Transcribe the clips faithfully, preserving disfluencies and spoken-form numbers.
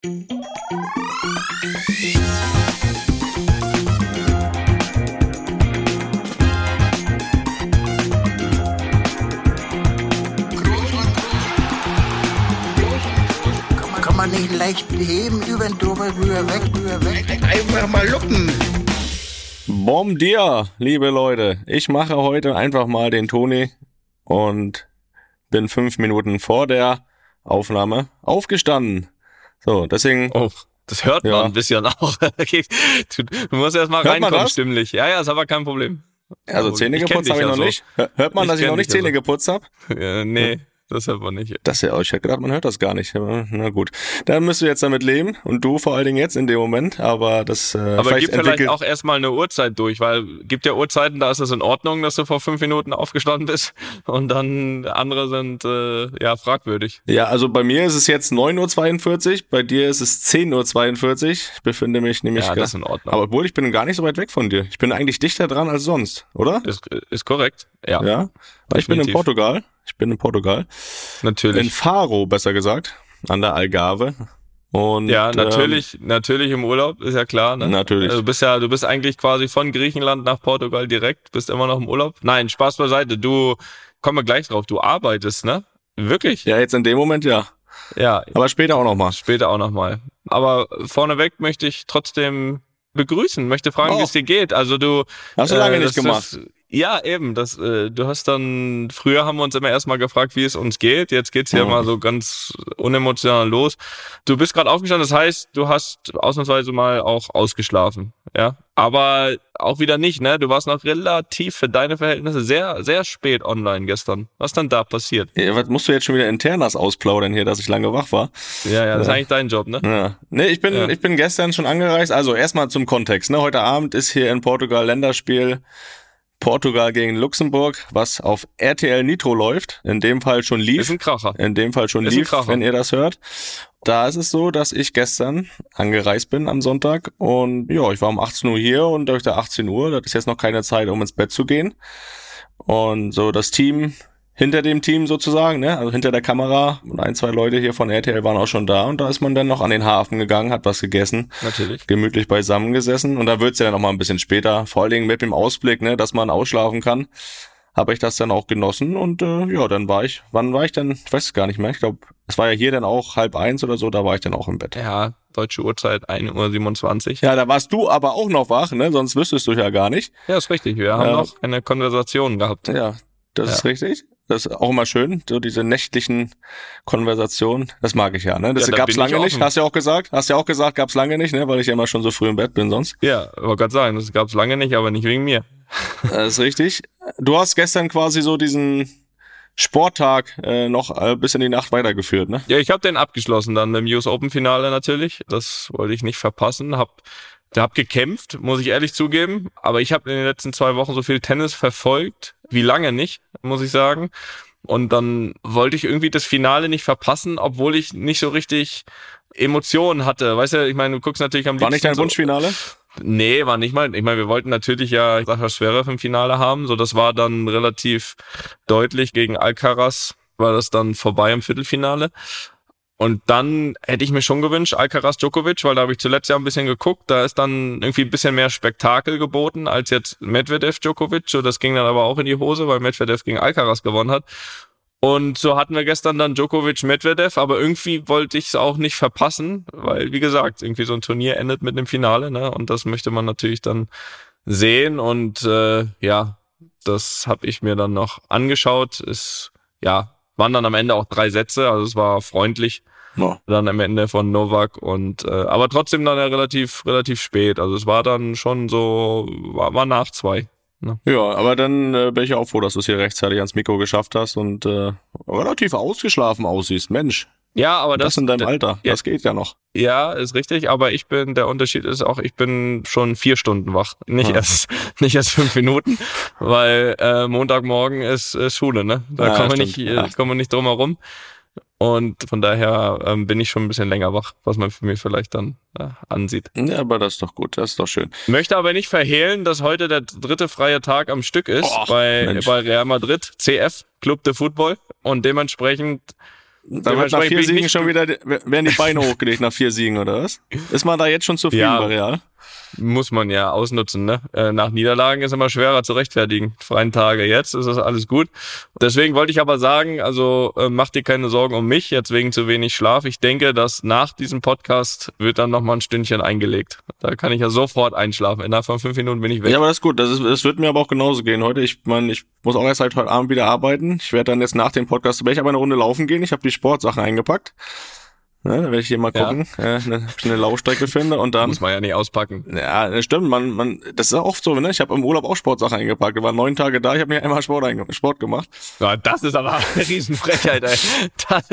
Kann man nicht leicht heben, über den drüber, rüber, weg, rüber, weg. Einfach mal luppen. Bom dia, liebe Leute. Ich mache heute einfach mal den Toni und bin fünf Minuten vor der Aufnahme aufgestanden. So, deswegen... Oh, das hört man ja. ein bisschen auch. Du, du musst erst mal Hört man reinkommen, das? stimmlich. Ja, ja, ist aber kein Problem. Also Zähne geputzt habe ich noch also. nicht. Hört man, Ich dass ich kenn noch nicht dich Zähne also. geputzt habe? Ja, nee, das hört man nicht. Das ja, ich hätte gedacht, man hört das gar nicht. Na gut, dann müsst du jetzt damit leben und du vor allen Dingen jetzt in dem Moment, aber das äh, Aber vielleicht gib vielleicht entwickelt... auch erstmal eine Uhrzeit durch, weil gibt ja Uhrzeiten, da ist es in Ordnung, dass du vor fünf Minuten aufgestanden bist und dann andere sind äh, ja fragwürdig. Ja, also bei mir ist es jetzt neun Uhr zweiundvierzig, bei dir ist es zehn Uhr zweiundvierzig. Ich befinde mich nämlich... Ja, gar- das ist in Ordnung. Aber obwohl, ich bin gar nicht so weit weg von dir. Ich bin eigentlich dichter dran als sonst, oder? Ist, ist korrekt, ja, Ja, weil ich bin in definitiv. Portugal. Ich bin in Portugal. In Natürlich. Faro, besser gesagt, an der Algarve. Und, Ja, natürlich, ähm, natürlich im Urlaub, ist ja klar. Ne? Natürlich. Du bist ja, du bist eigentlich quasi von Griechenland nach Portugal direkt, bist immer noch im Urlaub. Nein, Spaß beiseite. Du, kommen wir gleich drauf. Du arbeitest, ne? Wirklich? Ja, jetzt in dem Moment ja. Ja. Aber später auch nochmal. Später auch nochmal. Aber vorneweg möchte ich trotzdem begrüßen, möchte fragen, Oh. wie es dir geht. Also du Hast du lange äh, nicht das, gemacht. Das, ja, eben. Das, äh, du hast dann, früher haben wir uns immer erstmal gefragt, wie es uns geht. Jetzt geht's hier Oh. mal so ganz unemotional los. Du bist gerade aufgestanden, das heißt, du hast ausnahmsweise mal auch ausgeschlafen. Ja, aber auch wieder nicht, ne? Du warst noch relativ für deine Verhältnisse sehr, sehr spät online gestern. Was dann da passiert? Ja, was musst du jetzt schon wieder internas ausplaudern hier, dass ich lange wach war? Ja, ja, das ist Ja. eigentlich dein Job, ne? Ja. Nee, ich bin, Ja. ich bin gestern schon angereist. Also erstmal zum Kontext, ne? Heute Abend ist hier in Portugal Länderspiel Portugal gegen Luxemburg, was auf R T L Nitro läuft. In dem Fall schon lief. Ist ein Kracher. In dem Fall schon Ist ein lief, Kracher. wenn ihr das hört. Da ist es so, dass ich gestern angereist bin am Sonntag und ja, ich war um achtzehn Uhr hier und durch der achtzehn Uhr, das ist jetzt noch keine Zeit, um ins Bett zu gehen. Und so das Team hinter dem Team sozusagen, ne, also hinter der Kamera und ein, zwei Leute hier von R T L waren auch schon da und da ist man dann noch an den Hafen gegangen, hat was gegessen, Natürlich. gemütlich beisammen gesessen und da wird's ja dann noch mal ein bisschen später, vor allen Dingen mit dem Ausblick, ne, dass man ausschlafen kann, habe ich das dann auch genossen und äh, ja, dann war ich, wann war ich denn, ich weiß es gar nicht mehr, ich glaube, es war ja hier dann auch halb eins oder so, da war ich dann auch im Bett. Ja, deutsche Uhrzeit, ein Uhr siebenundzwanzig. Ja, da warst du aber auch noch wach, ne, sonst wüsstest du ja gar nicht. Ja, ist richtig. Wir haben Ja. noch eine Konversation gehabt. Ja, das Ja. ist richtig. Das ist auch immer schön, so diese nächtlichen Konversationen. Das mag ich ja, ne? Das Ja, da gab's bin ich lange nicht, offen. hast du ja auch gesagt. Hast ja auch gesagt, gab's lange nicht, ne? Weil ich ja immer schon so früh im Bett bin sonst. Ja, wollte gerade sagen, das gab's lange nicht, aber nicht wegen mir. Das ist richtig. Du hast gestern quasi so diesen Sporttag äh, noch äh, bis in die Nacht weitergeführt, ne? Ja, ich habe den abgeschlossen dann mit dem U S Open Finale natürlich. Das wollte ich nicht verpassen. Hab, hab gekämpft, muss ich ehrlich zugeben. Aber ich habe in den letzten zwei Wochen so viel Tennis verfolgt, wie lange nicht, muss ich sagen. Und dann wollte ich irgendwie das Finale nicht verpassen, obwohl ich nicht so richtig Emotionen hatte. Weißt du, ich meine, du guckst natürlich am War nicht liebsten dein so- Wunschfinale? Nee, war nicht mal. Ich meine, wir wollten natürlich ja Sascha Zverev im Finale haben. So, das war dann relativ deutlich gegen Alcaraz. War das dann vorbei im Viertelfinale. Und dann hätte ich mir schon gewünscht, Alcaraz Djokovic, weil da habe ich zuletzt ja ein bisschen geguckt. Da ist dann irgendwie ein bisschen mehr Spektakel geboten als jetzt Medvedev Djokovic. So, das ging dann aber auch in die Hose, weil Medvedev gegen Alcaraz gewonnen hat. Und so hatten wir gestern dann Djokovic Medvedev, aber irgendwie wollte ich es auch nicht verpassen, weil, wie gesagt, irgendwie so ein Turnier endet mit einem Finale, ne? Und das möchte man natürlich dann sehen. Und äh, ja, das habe ich mir dann noch angeschaut. Es ja, waren dann am Ende auch drei Sätze, also es war freundlich. Ja. Dann am Ende von Novak und äh, aber trotzdem dann ja relativ relativ spät. Also es war dann schon so, war, war nach zwei. Ne? Ja, aber dann äh, bin ich auch froh, dass du es hier rechtzeitig ans Mikro geschafft hast und äh, relativ ausgeschlafen aussiehst. Mensch, Ja, aber das, das, in deinem Alter, ja. das geht ja noch. Ja, ist richtig, aber ich bin, der Unterschied ist auch, ich bin schon vier Stunden wach, nicht Ja. erst, nicht erst fünf Minuten, weil äh, Montagmorgen ist, ist Schule, ne? Da Ja, kommen wir stimmt. nicht, äh, Ja. kommen wir nicht drum herum. Und von daher ähm, bin ich schon ein bisschen länger wach, was man für mich vielleicht dann äh, ansieht. Ja, aber das ist doch gut, das ist doch schön. Möchte aber nicht verhehlen, dass heute der dritte freie Tag am Stück ist Och, bei, Mensch. bei Real Madrid, C F, Club de Football. Und dementsprechend Da wird nach vier Siegen schon wieder, werden die Beine hochgelegt nach vier Siegen, oder was? Ist man da jetzt schon zufrieden ja, bei Real? Muss man ja ausnutzen, ne? Äh, nach Niederlagen ist immer schwerer zu rechtfertigen. Freien Tage, jetzt ist das alles gut. Deswegen wollte ich aber sagen, also äh, mach dir keine Sorgen um mich, jetzt wegen zu wenig Schlaf. Ich denke, dass nach diesem Podcast wird dann nochmal ein Stündchen eingelegt. Da kann ich ja sofort einschlafen. Innerhalb von fünf Minuten bin ich weg. Ja, aber das ist gut. Das, ist, das wird mir aber auch genauso gehen heute. Ich meine, ich muss auch erst halt heute Abend wieder arbeiten. Ich werde dann jetzt nach dem Podcast, werde ich aber eine Runde laufen gehen. Ich habe die Sportsachen eingepackt. Ja, da werde ich hier mal gucken, ja. äh, eine, eine Laufstrecke finde und dann... Muss man ja nicht auspacken. Ja, das stimmt, man, man, das ist auch oft so, ne? Ich habe im Urlaub auch Sportsachen eingepackt. Ich war neun Tage da, ich habe mir einmal Sport, einge- Sport gemacht. Ja, das ist aber eine Riesenfrechheit, ey. Das,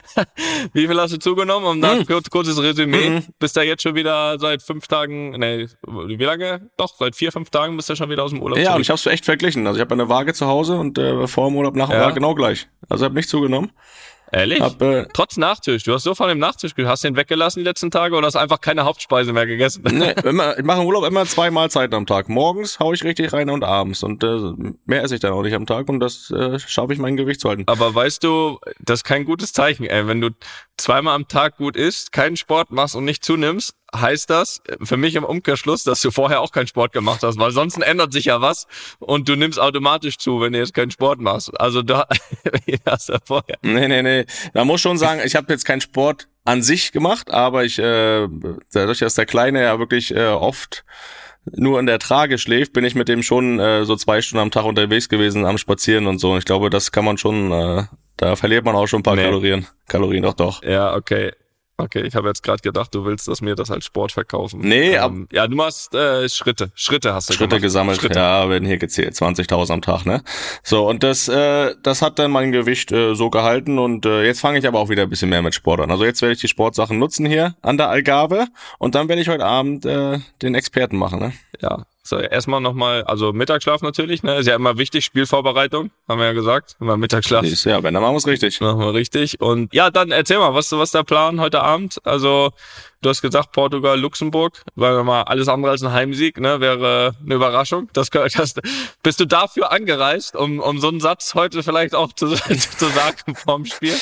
wie viel hast du zugenommen? Um da Mhm. kurz, kurzes Resümee. Mhm. Bist da jetzt schon wieder seit fünf Tagen, nee, wie lange? Doch, seit vier, fünf Tagen bist du schon wieder aus dem Urlaub Ja, zurück. und ich habe es echt verglichen. Also ich habe eine Waage zu Hause und äh, vor dem Urlaub, nach dem Ja. Urlaub genau gleich. Also ich habe nicht zugenommen. Ehrlich? Hab, äh, Trotz Nachtisch. Du hast so von dem Nachtisch, hast den weggelassen die letzten Tage oder hast einfach keine Hauptspeise mehr gegessen? Nee, immer, ich mache im Urlaub immer zwei Mahlzeiten am Tag. Morgens hau ich richtig rein und abends. Und äh, mehr esse ich dann auch nicht am Tag und das äh, schaffe ich, mein Gewicht zu halten. Aber weißt du, das ist kein gutes Zeichen, ey. Wenn du zweimal am Tag gut isst, keinen Sport machst und nicht zunimmst, heißt das für mich im Umkehrschluss, dass du vorher auch keinen Sport gemacht hast, weil sonst ändert sich ja was und du nimmst automatisch zu, wenn du jetzt keinen Sport machst. Also da hast du vorher. Nee, nee, nee. Da muss schon sagen, ich habe jetzt keinen Sport an sich gemacht, aber ich, äh, dadurch, dass der Kleine ja wirklich äh, oft nur in der Trage schläft, bin ich mit dem schon äh, so zwei Stunden am Tag unterwegs gewesen, am Spazieren und so. Und ich glaube, das kann man schon, äh, da verliert man auch schon ein paar Nee. Kalorien. Kalorien doch, doch. Ja, okay. Okay, ich habe jetzt gerade gedacht, du willst, dass mir das als Sport verkaufen. Nee, ähm, ja, du machst äh, Schritte. Schritte hast du Schritte gemacht. gesammelt, Schritte. ja, werden hier gezählt, zwanzigtausend am Tag, ne? So, und das äh, das hat dann mein Gewicht äh, so gehalten und äh, jetzt fange ich aber auch wieder ein bisschen mehr mit Sport an. Also jetzt werde ich die Sportsachen nutzen hier an der Algarve und dann werde ich heute Abend äh, den Experten machen, ne? Ja, so erstmal nochmal, also Mittagsschlaf natürlich, ne? Ist ja immer wichtig, Spielvorbereitung, haben wir ja gesagt. Immer Mittagsschlaf. Ist, ja, wenn, dann machen wir es richtig. Machen wir richtig. Und ja, dann erzähl mal, was, was ist der Plan heute Abend? Also, du hast gesagt, Portugal, Luxemburg, weil wir mal alles andere als ein Heimsieg, ne, wäre eine Überraschung. Das, das, bist du dafür angereist, um, um so einen Satz heute vielleicht auch zu, zu sagen vorm Spiel?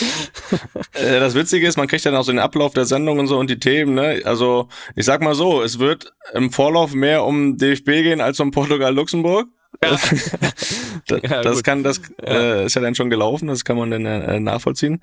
Äh, das Witzige ist, man kriegt dann auch so den Ablauf der Sendung und so und die Themen, ne? Also, ich sag mal so, es wird im Vorlauf mehr um D F B gehen als um Portugal-Luxemburg. Ja. das, Ja, das gut. kann, das äh, ist ja dann schon gelaufen, das kann man dann äh, nachvollziehen.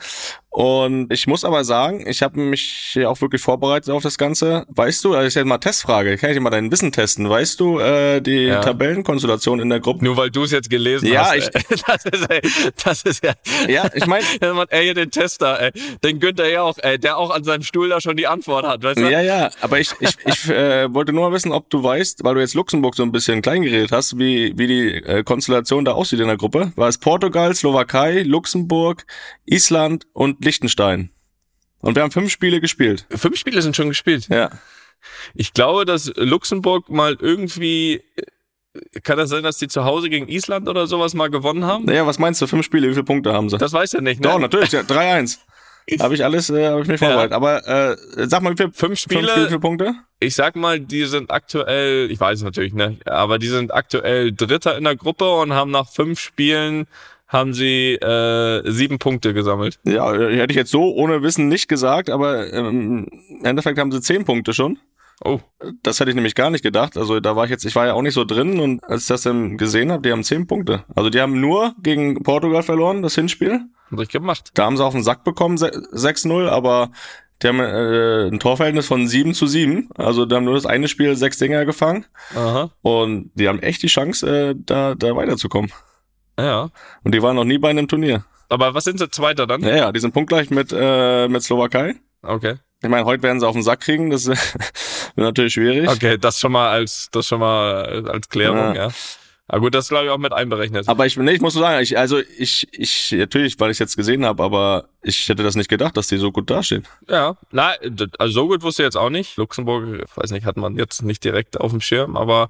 Und ich muss aber sagen, ich habe mich ja auch wirklich vorbereitet auf das Ganze. Weißt du, das ist ja mal Testfrage, kann ich dir mal dein Wissen testen. Weißt du äh, die Ja. Tabellenkonstellation in der Gruppe? Nur weil du es jetzt gelesen Ja, hast. ich- Ey. Das ist, ey, das ist ja. Ja, ich meine, Ja, Mann, ey, den Tester, ey. Den Günther ja auch, ey, der auch an seinem Stuhl da schon die Antwort hat, weißt du? ja, ja, aber ich, ich, ich äh, wollte nur mal wissen, ob du weißt, weil du jetzt Luxemburg so ein bisschen klein geredet hast, wie, wie die äh, Konstellation da aussieht in der Gruppe. War es Portugal, Slowakei, Luxemburg, Island und Liechtenstein. Und wir haben fünf Spiele gespielt. Fünf Spiele sind schon gespielt. Ja. Ich glaube, dass Luxemburg mal irgendwie, kann das sein, dass die zu Hause gegen Island oder sowas mal gewonnen haben? Naja, was meinst du? Fünf Spiele, wie viele Punkte haben sie? Das weiß er nicht, ne? Doch, natürlich, ja, drei eins. Habe ich alles, äh, habe ich mich Ja. vorbereitet. Aber äh, sag mal, wie viele, Fünf Spiele, fünf, wie viele Punkte? ich sag mal, die sind aktuell, ich weiß es natürlich, ne, aber die sind aktuell Dritter in der Gruppe und haben nach fünf Spielen haben sie äh, sieben Punkte gesammelt. Ja, äh, hätte ich jetzt so ohne Wissen nicht gesagt, aber ähm, im Endeffekt haben sie zehn Punkte schon. Oh, Das hätte ich nämlich gar nicht gedacht. Also da war ich jetzt, ich war ja auch nicht so drin und als ich das dann gesehen habe, die haben zehn Punkte. Also die haben nur gegen Portugal verloren, das Hinspiel. haben sie gemacht. Da haben sie auf den Sack bekommen, se- sechs null, aber die haben äh, ein Torverhältnis von sieben zu sieben. Also die haben nur das eine Spiel sechs Dinger gefangen Aha, und die haben echt die Chance, äh, da, da weiterzukommen. ja. Und die waren noch nie bei einem Turnier. Aber was sind sie Zweiter dann? Ja, ja, die sind punktgleich mit, äh, mit Slowakei. Okay. Ich meine, heute werden sie auf den Sack kriegen, das wird natürlich schwierig. Okay, das schon mal als, das schon mal als Klärung, Ja. ja. Aber gut, das ist, glaube ich auch mit einberechnet. Aber ich, nee, ich muss so sagen, ich, also ich, ich, natürlich, weil ich es jetzt gesehen habe, aber ich hätte das nicht gedacht, dass die so gut dastehen. Ja, na, d- also so gut wusste ich jetzt auch nicht. Luxemburg, weiß nicht, hat man jetzt nicht direkt auf dem Schirm, aber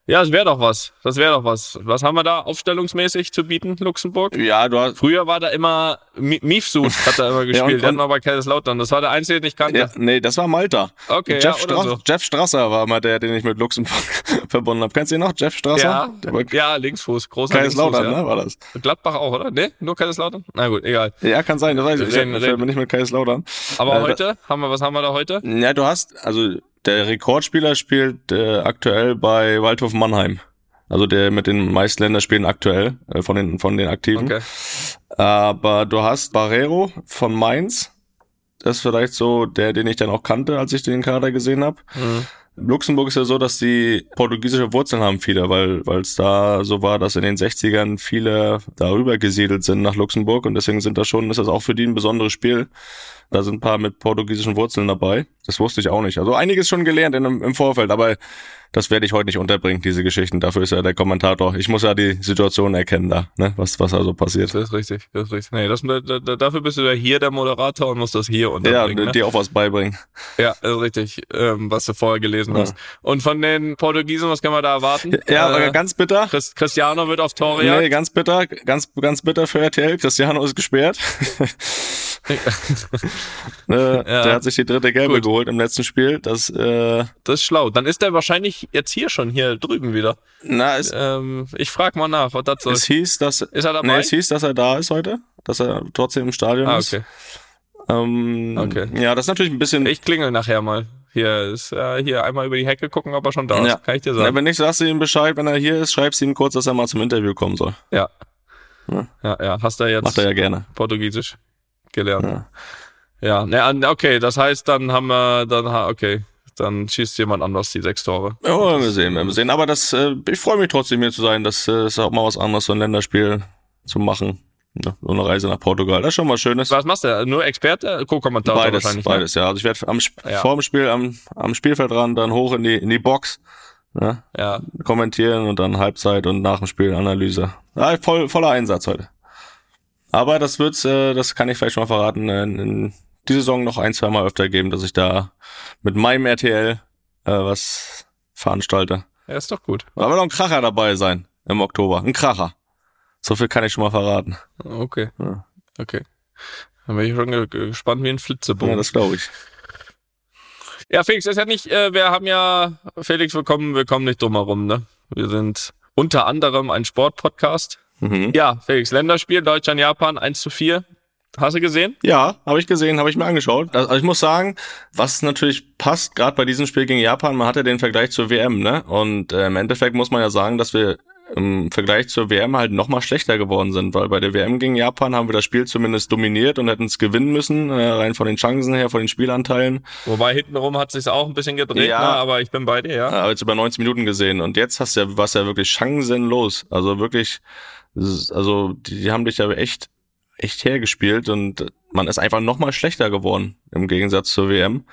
Ja, das wäre doch was. Das wäre doch was. Was haben wir da aufstellungsmäßig zu bieten, Luxemburg? Ja, du hast... Früher war da immer M- Mifsud, hat er immer gespielt. Ja, und, der hat noch bei Kaiserslautern. Das war der Einzige, den ich kannte. Ja, nee, das war Malta. Okay, Jeff, ja, Stra- oder so. Jeff Strasser war mal der, den ich mit Luxemburg verbunden habe. Kennst du ihn noch, Jeff Strasser? Ja, Der war ja, Linksfuß. Großer Linksfuß, Kaiserslautern, ja. ne, war das? Gladbach auch, oder? Nee, nur Kaiserslautern? Na gut, egal. Ja, kann sein, das weiß ich. Ich Reden, ich reden. bin nicht mit Kaiserslautern. Aber Äh, heute, haben wir, was haben wir da heute? Ja, du hast, also der Rekordspieler spielt äh, aktuell bei Waldhof Mannheim. Also der mit den meisten Länderspielen aktuell, äh, von den von den Aktiven. Okay. Aber du hast Barreiro von Mainz. Das ist vielleicht so der, den ich dann auch kannte, als ich den Kader gesehen habe. Mhm. Luxemburg ist ja so, dass die portugiesische Wurzeln haben, viele, weil weil es da so war, dass in den sechzigern viele darüber gesiedelt sind nach Luxemburg und deswegen sind da schon, ist das auch für die ein besonderes Spiel. Da sind ein paar mit portugiesischen Wurzeln dabei. Das wusste ich auch nicht. Also einiges schon gelernt in, im Vorfeld, aber das werde ich heute nicht unterbringen, diese Geschichten. Dafür ist ja der Kommentator. Ich muss ja die Situation erkennen da, ne, was was also passiert. Das ist richtig, das ist richtig. Nee, das, da, da, dafür bist du ja hier der Moderator und musst das hier Ja, unterbringen. ne? dir auch was beibringen. Ja, das ist richtig, ähm, was du vorher gelesen hast. Und von den Portugiesen, was können wir da erwarten? Ja, aber äh, ganz bitter. Chris, Cristiano wird auf Tore Nee, jagt. ganz bitter, ganz ganz bitter für R T L. Cristiano ist gesperrt. Ne, Ja. Der hat sich die dritte Gelbe Gut. geholt im letzten Spiel. Das, äh, Das ist schlau. Dann ist er wahrscheinlich jetzt hier schon, hier drüben wieder. na, es, Ähm, ich frag mal nach, was das soll. es hieß, dass, Ist er dabei? nee, es hieß, dass er da ist heute, dass er trotzdem im Stadion Ah, ist. okay. Ähm, Okay. Ja, das ist natürlich ein bisschen. Ich klingel nachher mal. Hier ist äh, hier einmal über die Hecke gucken, ob er schon da ist. Ja. Kann ich dir Na, sagen. wenn nicht, sagst du ihm Bescheid, wenn er hier ist, schreibst du ihm kurz, dass er mal zum Interview kommen soll. Ja. Ja. Ja, ja. Hast du jetzt Macht er ja gerne. Portugiesisch gelernt? Ja. Ja. Ne, an- okay, das heißt, dann haben wir, dann, ha- okay, dann schießt jemand anders die sechs Tore. Ja, werden wir sehen, werden wir sehen. Aber das, äh, ich freue mich trotzdem hier zu sein. Das äh, ist auch mal was anderes, so ein Länderspiel zu machen. Ja, so eine Reise nach Portugal. Das ist schon mal Schönes. Was machst du? Nur Experte? Co-Kommentator Beides, wahrscheinlich. beides, ja. Also ich werde am Sp- Ja. vor dem Spiel am, am Spielfeldrand dann hoch in die in die Box, ja, Ne? Ja. kommentieren und dann Halbzeit und nach dem Spiel Analyse. Ja, voll, voller Einsatz heute. Aber das wird's, äh, das kann ich vielleicht schon mal verraten, äh, in, in die Saison noch ein, zwei Mal öfter geben, dass ich da mit meinem R T L äh, was veranstalte. Ja, ist doch gut. Da wird noch ein Kracher dabei sein im Oktober. Ein Kracher. So viel kann ich schon mal verraten. Okay. Ja. Okay. Dann bin ich schon ge- ge- gespannt wie ein Ja, Flitzebogen. das glaube ich. Ja, Felix, ist ja nicht, äh, wir haben ja, Felix, wir kommen, wir kommen nicht drum herum, ne? Wir sind unter anderem ein Sportpodcast. Mhm. Ja, Felix, Länderspiel, Deutschland, Japan, eins zu vier. Hast du gesehen? Ja, habe ich gesehen, habe ich mir angeschaut. Also ich muss sagen, was natürlich passt, gerade bei diesem Spiel gegen Japan, man hatte den Vergleich zur W M, ne? Und äh, im Endeffekt muss man ja sagen, dass wir im Vergleich zur W M halt noch mal schlechter geworden sind, weil bei der W M gegen Japan haben wir das Spiel zumindest dominiert und hätten es gewinnen müssen, äh, rein von den Chancen her, von den Spielanteilen. Wobei hintenrum hat sich's auch ein bisschen gedreht, Ja. ne? Aber ich bin bei dir, ja. Ja, jetzt über neunzig Minuten gesehen und jetzt hast du ja, was ja wirklich chancenlos. Also wirklich, also die, die haben dich ja echt echt hergespielt und man ist einfach noch mal schlechter geworden im Gegensatz zur W M.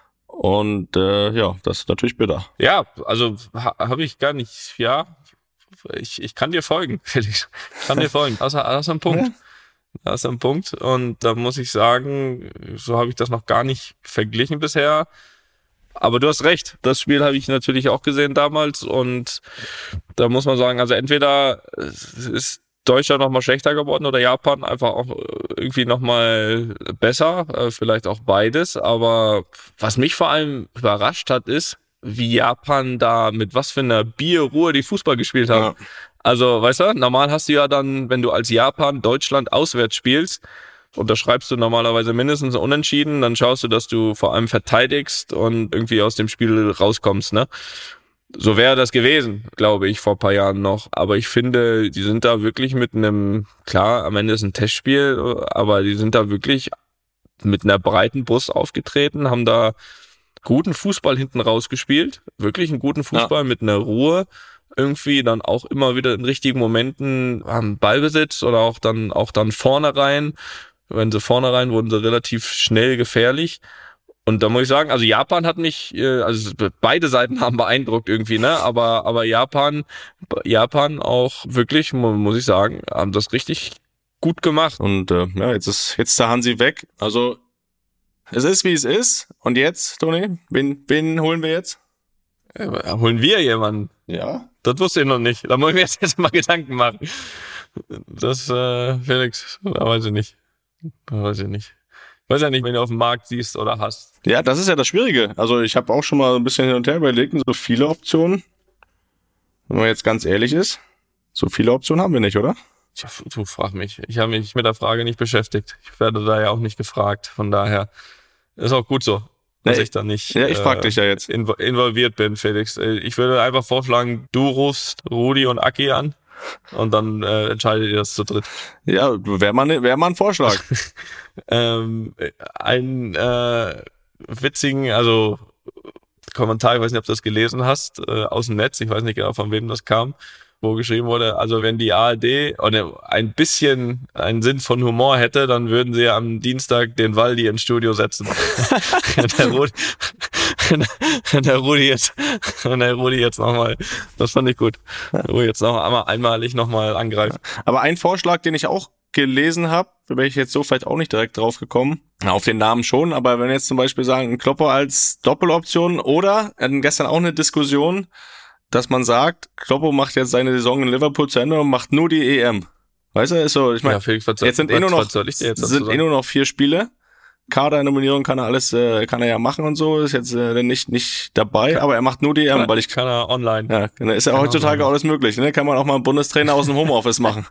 Und äh, ja, das ist natürlich bitter. Ja, also ha, habe ich gar nicht, ja. Ich, ich kann dir folgen, Felix. Ich kann dir folgen. Das, das ist ein Punkt. Ja. Das ist ein Punkt. Und da muss ich sagen, so habe ich das noch gar nicht verglichen bisher. Aber du hast recht. Das Spiel habe ich natürlich auch gesehen damals. Und da muss man sagen, also entweder ist Deutschland noch mal schlechter geworden oder Japan einfach auch irgendwie noch mal besser. Vielleicht auch beides. Aber was mich vor allem überrascht hat, ist, wie Japan da mit was für einer Bierruhe die Fußball gespielt haben. Ja. Also, weißt du, normal hast du ja dann, wenn du als Japan Deutschland auswärts spielst, unterschreibst du normalerweise mindestens Unentschieden, dann schaust du, dass du vor allem verteidigst und irgendwie aus dem Spiel rauskommst, ne? So wäre das gewesen, glaube ich, vor ein paar Jahren noch. Aber ich finde, die sind da wirklich mit einem, klar, am Ende ist ein Testspiel, aber die sind da wirklich mit einer breiten Brust aufgetreten, haben da guten Fußball hinten rausgespielt, wirklich einen guten Fußball ja. mit einer Ruhe, irgendwie dann auch immer wieder in richtigen Momenten am Ballbesitz oder auch dann auch dann vorne rein. Wenn sie vorne rein, wurden sie relativ schnell gefährlich. Und da muss ich sagen, also Japan hat mich, also beide Seiten haben beeindruckt irgendwie, ne? Aber aber Japan, Japan auch wirklich, muss ich sagen, haben das richtig gut gemacht. Und äh, ja, jetzt ist jetzt der Hansi weg. Also es ist, wie es ist. Und jetzt, Toni, wen, wen holen wir jetzt? Äh, holen wir jemanden? Ja. Das wusste ich noch nicht. Da muss ich mir jetzt, jetzt mal Gedanken machen. Das, äh, Felix, da weiß ich nicht. Da weiß ich nicht. Ich weiß ja nicht, wenn du auf dem Markt siehst oder hast. Ja, das ist ja das Schwierige. Also ich habe auch schon mal ein bisschen hin und her überlegt, so viele Optionen. Wenn man jetzt ganz ehrlich ist, so viele Optionen haben wir nicht, oder? Tja, du frag mich. Ich habe mich mit der Frage nicht beschäftigt. Ich werde da ja auch nicht gefragt. Von daher ist auch gut so, dass Nee, ich da nicht ja, ich frag äh, dich ja jetzt. invo- involviert bin, Felix. Ich würde einfach vorschlagen, du rufst Rudi und Aki an und dann äh, entscheidet ihr das zu dritt. Ja, wäre mal, ne, wär mal ein Vorschlag. ähm, ein äh, witzigen, also Kommentar, ich weiß nicht, ob du das gelesen hast, äh, aus dem Netz, ich weiß nicht genau, von wem das kam, wo geschrieben wurde, also wenn die A R D oder ein bisschen einen Sinn von Humor hätte, dann würden sie am Dienstag den Waldi ins Studio setzen. der Rudi, der Rudi jetzt, der Rudi jetzt nochmal, das fand ich gut. Rudi jetzt noch einmal einmalig nochmal angreifen. Aber ein Vorschlag, den ich auch gelesen habe, da wäre ich jetzt so vielleicht auch nicht direkt drauf gekommen. Auf den Namen schon, aber wenn wir jetzt zum Beispiel sagen, ein Kloppo als Doppeloption oder, wir hatten gestern auch eine Diskussion, dass man sagt, Kloppo macht jetzt seine Saison in Liverpool zu Ende und macht nur die E M. Weißt du, ist so, ich meine, Ja, Felix, was soll- jetzt sind eh was- nur noch, was soll ich dir jetzt dazu sind eh sagen? nur noch vier Spiele. Kadernominierung kann er alles, äh, kann er ja machen und so, ist jetzt äh, nicht nicht dabei, aber er macht nur die E M, weil ich, kann er online. ja, dann ist ja Kann heutzutage auch alles möglich, ne? Kann man auch mal einen Bundestrainer aus dem Homeoffice machen.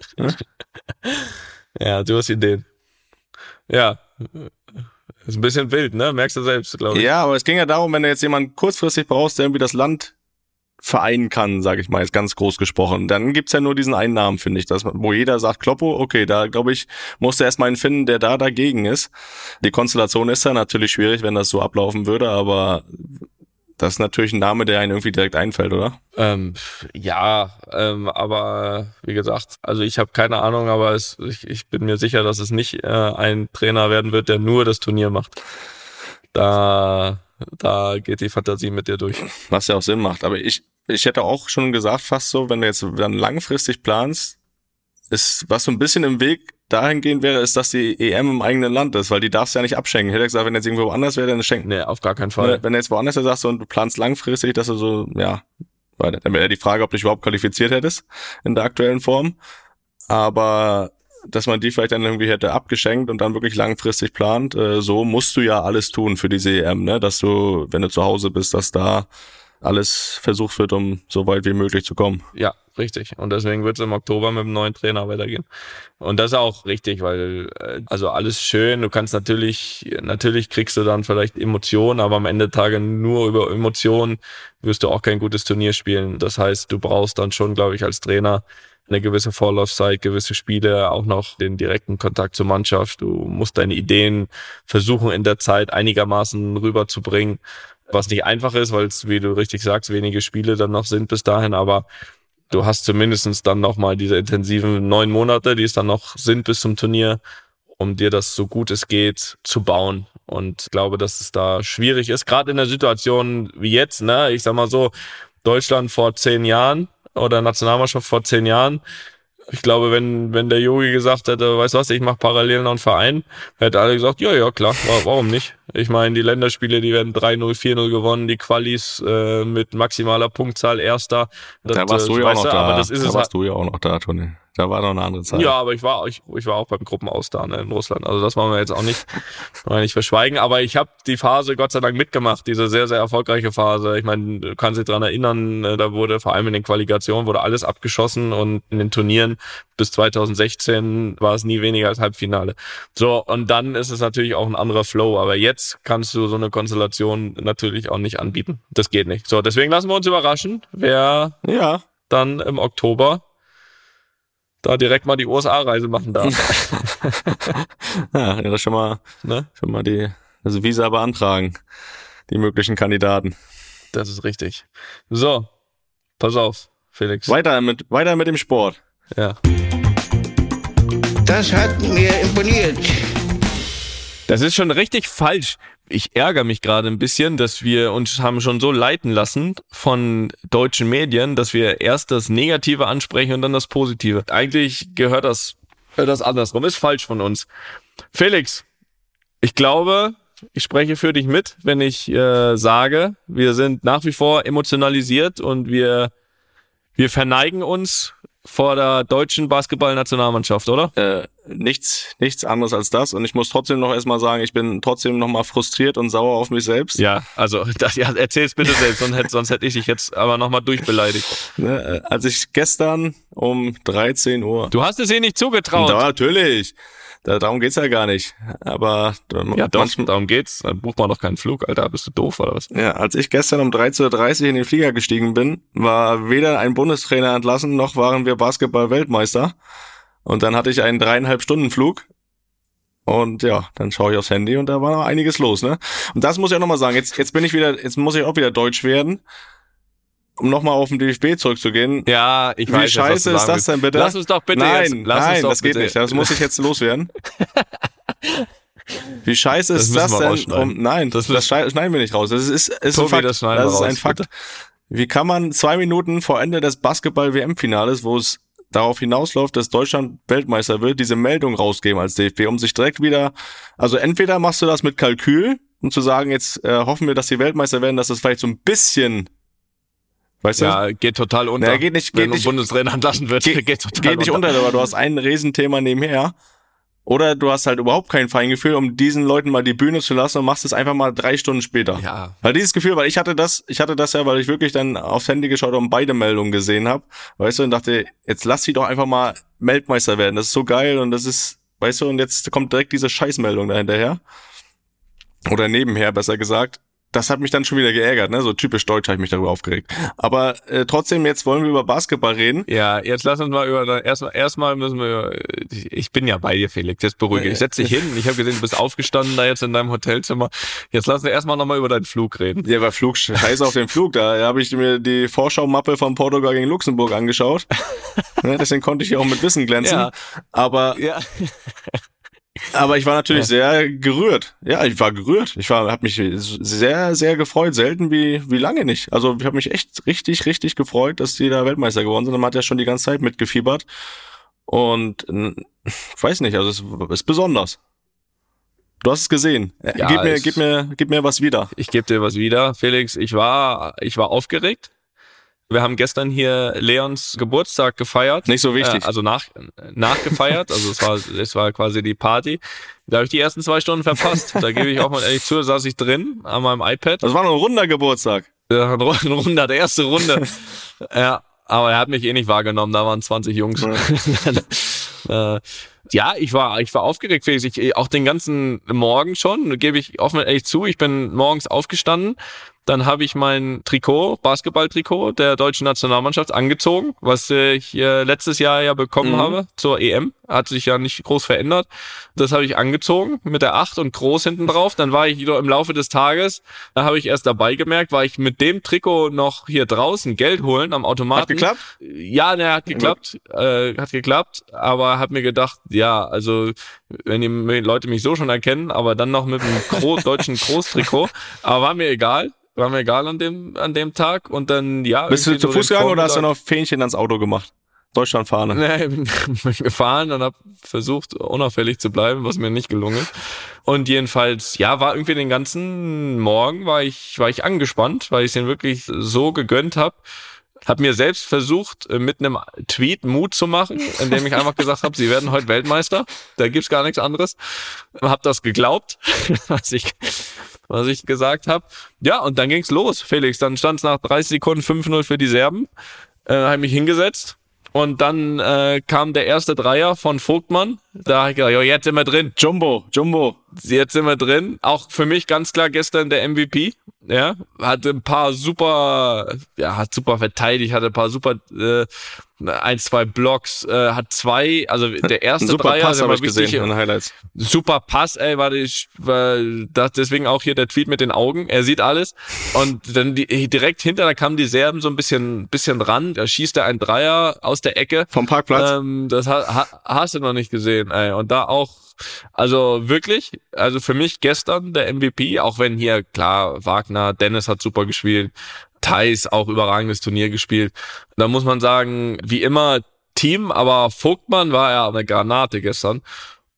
Ja, du hast Ideen. Ja, ist ein bisschen wild, ne? Merkst du selbst, glaube ich. Ja, aber es ging ja darum, wenn du jetzt jemanden kurzfristig brauchst, der irgendwie das Land vereinen kann, sage ich mal, jetzt ganz groß gesprochen, dann gibt's ja nur diesen einen Namen, finde ich, dass, wo jeder sagt, Kloppo, okay, da glaube ich, musst du erstmal einen finden, der da dagegen ist. Die Konstellation ist ja natürlich schwierig, wenn das so ablaufen würde, aber das ist natürlich ein Name, der einem irgendwie direkt einfällt, oder? Ähm, ja, ähm, aber wie gesagt, also ich habe keine Ahnung, aber es, ich, ich bin mir sicher, dass es nicht äh, ein Trainer werden wird, der nur das Turnier macht. Da, da geht die Fantasie mit dir durch. Was ja auch Sinn macht. Aber ich, ich hätte auch schon gesagt, fast so, wenn du jetzt dann langfristig planst, ist, was so ein bisschen im Weg dahingehend wäre, ist, dass die E M im eigenen Land ist, weil die darfst du ja nicht abschenken. Ich hätte gesagt, wenn jetzt irgendwo woanders wäre, dann schenken. Nee, auf gar keinen Fall. Wenn du jetzt woanders sagst und du planst langfristig, dass du so, ja, weil dann wäre die Frage, ob du dich überhaupt qualifiziert hättest in der aktuellen Form. Aber dass man die vielleicht dann irgendwie hätte abgeschenkt und dann wirklich langfristig plant, äh, so musst du ja alles tun für diese E M, ne? Dass du, wenn du zu Hause bist, dass da alles versucht wird, um so weit wie möglich zu kommen. Ja, richtig. Und deswegen wird es im Oktober mit dem neuen Trainer weitergehen. Und das ist auch richtig, weil äh, also alles schön, du kannst natürlich, natürlich kriegst du dann vielleicht Emotionen, aber am Ende der Tage nur über Emotionen wirst du auch kein gutes Turnier spielen. Das heißt, du brauchst dann schon, glaube ich, als Trainer eine gewisse Vorlaufzeit, gewisse Spiele, auch noch den direkten Kontakt zur Mannschaft. Du musst deine Ideen versuchen in der Zeit einigermaßen rüberzubringen, was nicht einfach ist, weil es, wie du richtig sagst, wenige Spiele dann noch sind bis dahin, aber du hast zumindest dann nochmal diese intensiven neun Monate, die es dann noch sind bis zum Turnier, um dir das so gut es geht zu bauen. Und ich glaube, dass es da schwierig ist, gerade in der Situation wie jetzt, ne, ich sag mal so, Deutschland vor zehn Jahren oder Nationalmannschaft vor zehn Jahren. Ich glaube, wenn wenn der Jogi gesagt hätte, weißt du was, ich mache parallel noch einen Verein, hätte alle gesagt, ja, ja, klar, warum nicht? Ich meine, die Länderspiele, die werden drei null, vier null gewonnen, die Qualis äh, mit maximaler Punktzahl Erster. Das, da warst äh, du ja auch noch weißt du, da. Aber das ist da es warst halt. du ja auch noch da, Toni. Da war noch eine andere Zeit. Ja, aber ich war ich, ich war auch beim Gruppenaus da, ne, in Russland. Also das wollen wir jetzt auch nicht, wollen wir nicht verschweigen. Aber ich habe die Phase Gott sei Dank mitgemacht, diese sehr, sehr erfolgreiche Phase. Ich meine, du kannst dich dran erinnern, da wurde vor allem in den Qualifikationen wurde alles abgeschossen und in den Turnieren bis zwanzig sechzehn war es nie weniger als Halbfinale. So, und dann ist es natürlich auch ein anderer Flow. Aber jetzt kannst du so eine Konstellation natürlich auch nicht anbieten. Das geht nicht. So, deswegen lassen wir uns überraschen, wer Ja. dann im Oktober da direkt mal die U S A-Reise machen darf. Ja, das ist schon mal, Ne? schon mal die, also Visa beantragen. Die möglichen Kandidaten. Das ist richtig. So, pass auf, Felix. Weiter mit, weiter mit dem Sport. Ja. Das hat mir imponiert. Das ist schon richtig falsch. Ich ärgere mich gerade ein bisschen, dass wir uns haben schon so leiten lassen von deutschen Medien, dass wir erst das Negative ansprechen und dann das Positive. Eigentlich gehört das, gehört das andersrum. Ist falsch von uns. Felix, ich glaube, Ich spreche für dich mit, wenn ich äh, sage, wir sind nach wie vor emotionalisiert und wir, wir verneigen uns vor der deutschen Basketball-Nationalmannschaft, oder? Äh, nichts, nichts anderes als das. Und ich muss trotzdem noch erstmal sagen, ich bin trotzdem noch mal frustriert und sauer auf mich selbst. Ja, also das, ja, erzähl's bitte selbst, sonst hätte, sonst hätte ich dich jetzt aber noch mal durchbeleidigt. Ne, als ich gestern um dreizehn Uhr... Du hast es ihr nicht zugetraut. Ja, natürlich. Da, darum geht's ja gar nicht. Aber ja, doch, manchmal, darum geht's. Dann bucht man doch keinen Flug, Alter. Bist du doof oder was? Ja, als ich gestern um dreizehn Uhr dreißig in den Flieger gestiegen bin, war weder ein Bundestrainer entlassen, noch waren wir Basketball-Weltmeister. Und dann hatte ich einen dreieinhalb Stunden Flug. Und ja, dann schaue ich aufs Handy und da war noch einiges los, ne? Und das muss ich auch nochmal sagen. Jetzt, jetzt bin ich wieder, jetzt muss ich auch wieder deutsch werden. Um nochmal auf den D F B zurückzugehen. Ja, ich Wie weiß. Wie scheiße jetzt, ist das denn bitte? Lass uns doch bitte nein, jetzt. Lass nein, uns doch das bitte. geht nicht. Das muss ich jetzt loswerden. Wie scheiße ist das, das denn? Um, nein, das, das schneiden wir nicht raus. Das ist, ist Tobi, ein Fakt. Das, das ist raus, ein Fakt. Bitte. Wie kann man zwei Minuten vor Ende des Basketball-W M-Finales, wo es darauf hinausläuft, dass Deutschland Weltmeister wird, diese Meldung rausgeben als D F B, um sich direkt wieder, also entweder machst du das mit Kalkül, um zu sagen, jetzt äh, hoffen wir, dass die Weltmeister werden, dass das vielleicht so ein bisschen, weißt ja, du? geht total unter. Ja, geht nicht, geht wenn nicht, ein Bundestrainer entlassen wird, geht, geht total geht nicht unter. unter, aber du hast ein Riesenthema nebenher. Oder du hast halt überhaupt kein Feingefühl, um diesen Leuten mal die Bühne zu lassen und machst es einfach mal drei Stunden später. Ja. Weil dieses Gefühl, weil ich hatte das, ich hatte das ja, weil ich wirklich dann aufs Handy geschaut und beide Meldungen gesehen habe, weißt du, und dachte, jetzt lass sie doch einfach mal Weltmeister werden. Das ist so geil und das ist, weißt du, und jetzt kommt direkt diese Scheißmeldung da hinterher. Oder nebenher, besser gesagt. Das hat mich dann schon wieder geärgert, ne? So typisch deutsch habe ich mich darüber aufgeregt. Aber äh, trotzdem, jetzt wollen wir über Basketball reden. Ja, jetzt lass uns mal über, erstmal erstmal müssen wir, ich bin ja bei dir, Felix, jetzt beruhige dich. Setz dich hin, ich habe gesehen, du bist aufgestanden da jetzt in deinem Hotelzimmer. Jetzt lass uns erstmal nochmal über deinen Flug reden. Ja, bei Flug, scheiße auf den Flug, da habe ich mir die Vorschaumappe von Portugal gegen Luxemburg angeschaut. Ne, deswegen konnte ich ja auch mit Wissen glänzen. Ja. Aber... Ja. Aber ich war natürlich ja. sehr gerührt. Ja, ich war gerührt. Ich war, habe mich sehr, sehr gefreut. Selten wie wie lange nicht. Also ich habe mich echt richtig, richtig gefreut, dass die da Weltmeister geworden sind. Man hat ja schon die ganze Zeit mitgefiebert. Und ich weiß nicht, also es ist besonders. Du hast es gesehen. Ja, gib mir, gib mir, gib mir was wieder. Ich gebe dir was wieder, Felix. Ich war, ich war aufgeregt. Wir haben gestern hier Leons Geburtstag gefeiert. Nicht so wichtig. Äh, also nach nachgefeiert. Also es war es war quasi die Party. Da habe ich die ersten zwei Stunden verpasst. Da gebe ich auch mal ehrlich zu, da saß ich drin an meinem iPad. Das war noch ein runder Geburtstag. Ja, ein runder, der erste Runde. Ja, aber er hat mich eh nicht wahrgenommen. Da waren zwanzig Jungs. Ja. äh, ja, ich war ich war aufgeregt, Felix. Ich, auch den ganzen Morgen schon, gebe ich offen ehrlich zu. Ich bin morgens aufgestanden. Dann habe ich mein Trikot, Basketball-Trikot der deutschen Nationalmannschaft angezogen, was ich äh, letztes Jahr ja bekommen mhm. habe zur E M. Hat sich ja nicht groß verändert. Das habe ich angezogen mit der acht und groß hinten drauf. Dann war ich wieder im Laufe des Tages, da habe ich erst dabei gemerkt, war ich mit dem Trikot noch hier draußen Geld holen am Automaten. Hat geklappt? Ja, ne, hat geklappt. Äh, hat geklappt, aber habe mir gedacht, ja, also wenn die Leute mich so schon erkennen, aber dann noch mit einem Groß, deutschen Großtrikot, aber war mir egal. War mir egal an dem an dem Tag und dann, ja... Bist du zu Fuß gegangen oder hast du noch Fähnchen ans Auto gemacht? Deutschlandfahne. Nee, ich bin, bin gefahren und habe versucht, unauffällig zu bleiben, was mir nicht gelungen ist. Und jedenfalls, ja, war irgendwie den ganzen Morgen war ich war ich angespannt, weil ich es den wirklich so gegönnt habe. Hab mir selbst versucht, mit einem Tweet Mut zu machen, indem ich einfach gesagt habe, sie werden heute Weltmeister. Da gibt's gar nichts anderes. Hab das geglaubt, was ich... was ich gesagt habe. Ja, und dann ging's los, Felix. Dann stand's nach dreißig Sekunden fünf null für die Serben. Äh, habe mich hingesetzt und dann äh, kam der erste Dreier von Vogtmann. Da habe ich gedacht, jo, jetzt sind wir drin. Jumbo, Jumbo. Jetzt sind wir drin. Auch für mich ganz klar gestern der M V P. Ja, hatte ein paar super, ja, hat super verteidigt, hatte ein paar super, äh, ein, zwei Blocks, äh, hat zwei, also der erste super Dreier, Pass habe ich wichtig, gesehen in den Highlights. Super Pass, ey, war ich, war das deswegen auch hier der Tweet mit den Augen. Er sieht alles und dann die, direkt hinter, da kamen die Serben so ein bisschen, bisschen ran. Da schießt er ein Dreier aus der Ecke vom Parkplatz. Ähm, das ha, ha, hast du noch nicht gesehen, ey. Und da auch. Also wirklich, also für mich gestern der M V P, auch wenn hier, klar, Wagner, Dennis hat super gespielt, Theis auch überragendes Turnier gespielt. Da muss man sagen, wie immer Team, aber Vogtmann war ja eine Granate gestern.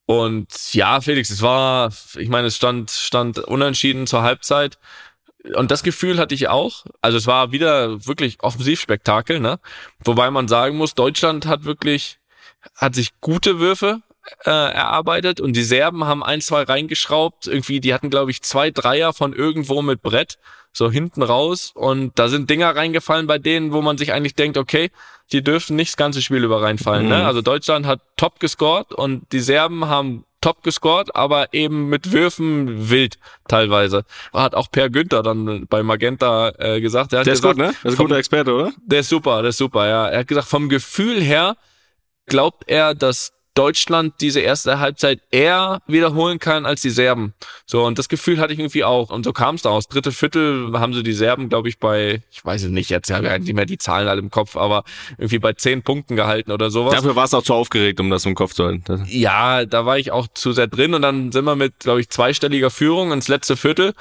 Und ja, Felix, es war, ich meine, es stand, stand unentschieden zur Halbzeit. Und das Gefühl hatte ich auch. Also es war wieder wirklich Offensivspektakel, ne? Wobei man sagen muss, Deutschland hat wirklich, hat sich gute Würfe äh, erarbeitet und die Serben haben ein, zwei reingeschraubt. Irgendwie, die hatten, glaube ich, zwei Dreier von irgendwo mit Brett, so hinten raus. Und da sind Dinger reingefallen bei denen, wo man sich eigentlich denkt, okay, die dürften nicht das ganze Spiel über reinfallen. Mhm. Ne? Also Deutschland hat top gescored und die Serben haben top gescored, aber eben mit Würfen wild teilweise. Hat auch Per Günther dann bei Magenta äh, gesagt. Der, hat der ist gesagt, gut, ne? Der ist ein vom, guter Experte, oder? Der ist super, der ist super, ja. Er hat gesagt, vom Gefühl her glaubt er, dass Deutschland diese erste Halbzeit eher wiederholen kann als die Serben. So, und das Gefühl hatte ich irgendwie auch. Und so kam es da aus. Dritte Viertel haben sie die Serben, glaube ich, bei, ich weiß es nicht, jetzt habe ich nicht mehr die Zahlen alle im Kopf, aber irgendwie bei zehn Punkten gehalten oder sowas. Dafür war es auch zu aufgeregt, um das im Kopf zu halten. Ja, da war ich auch zu sehr drin und dann sind wir mit, glaube ich, zweistelliger Führung ins letzte Viertel.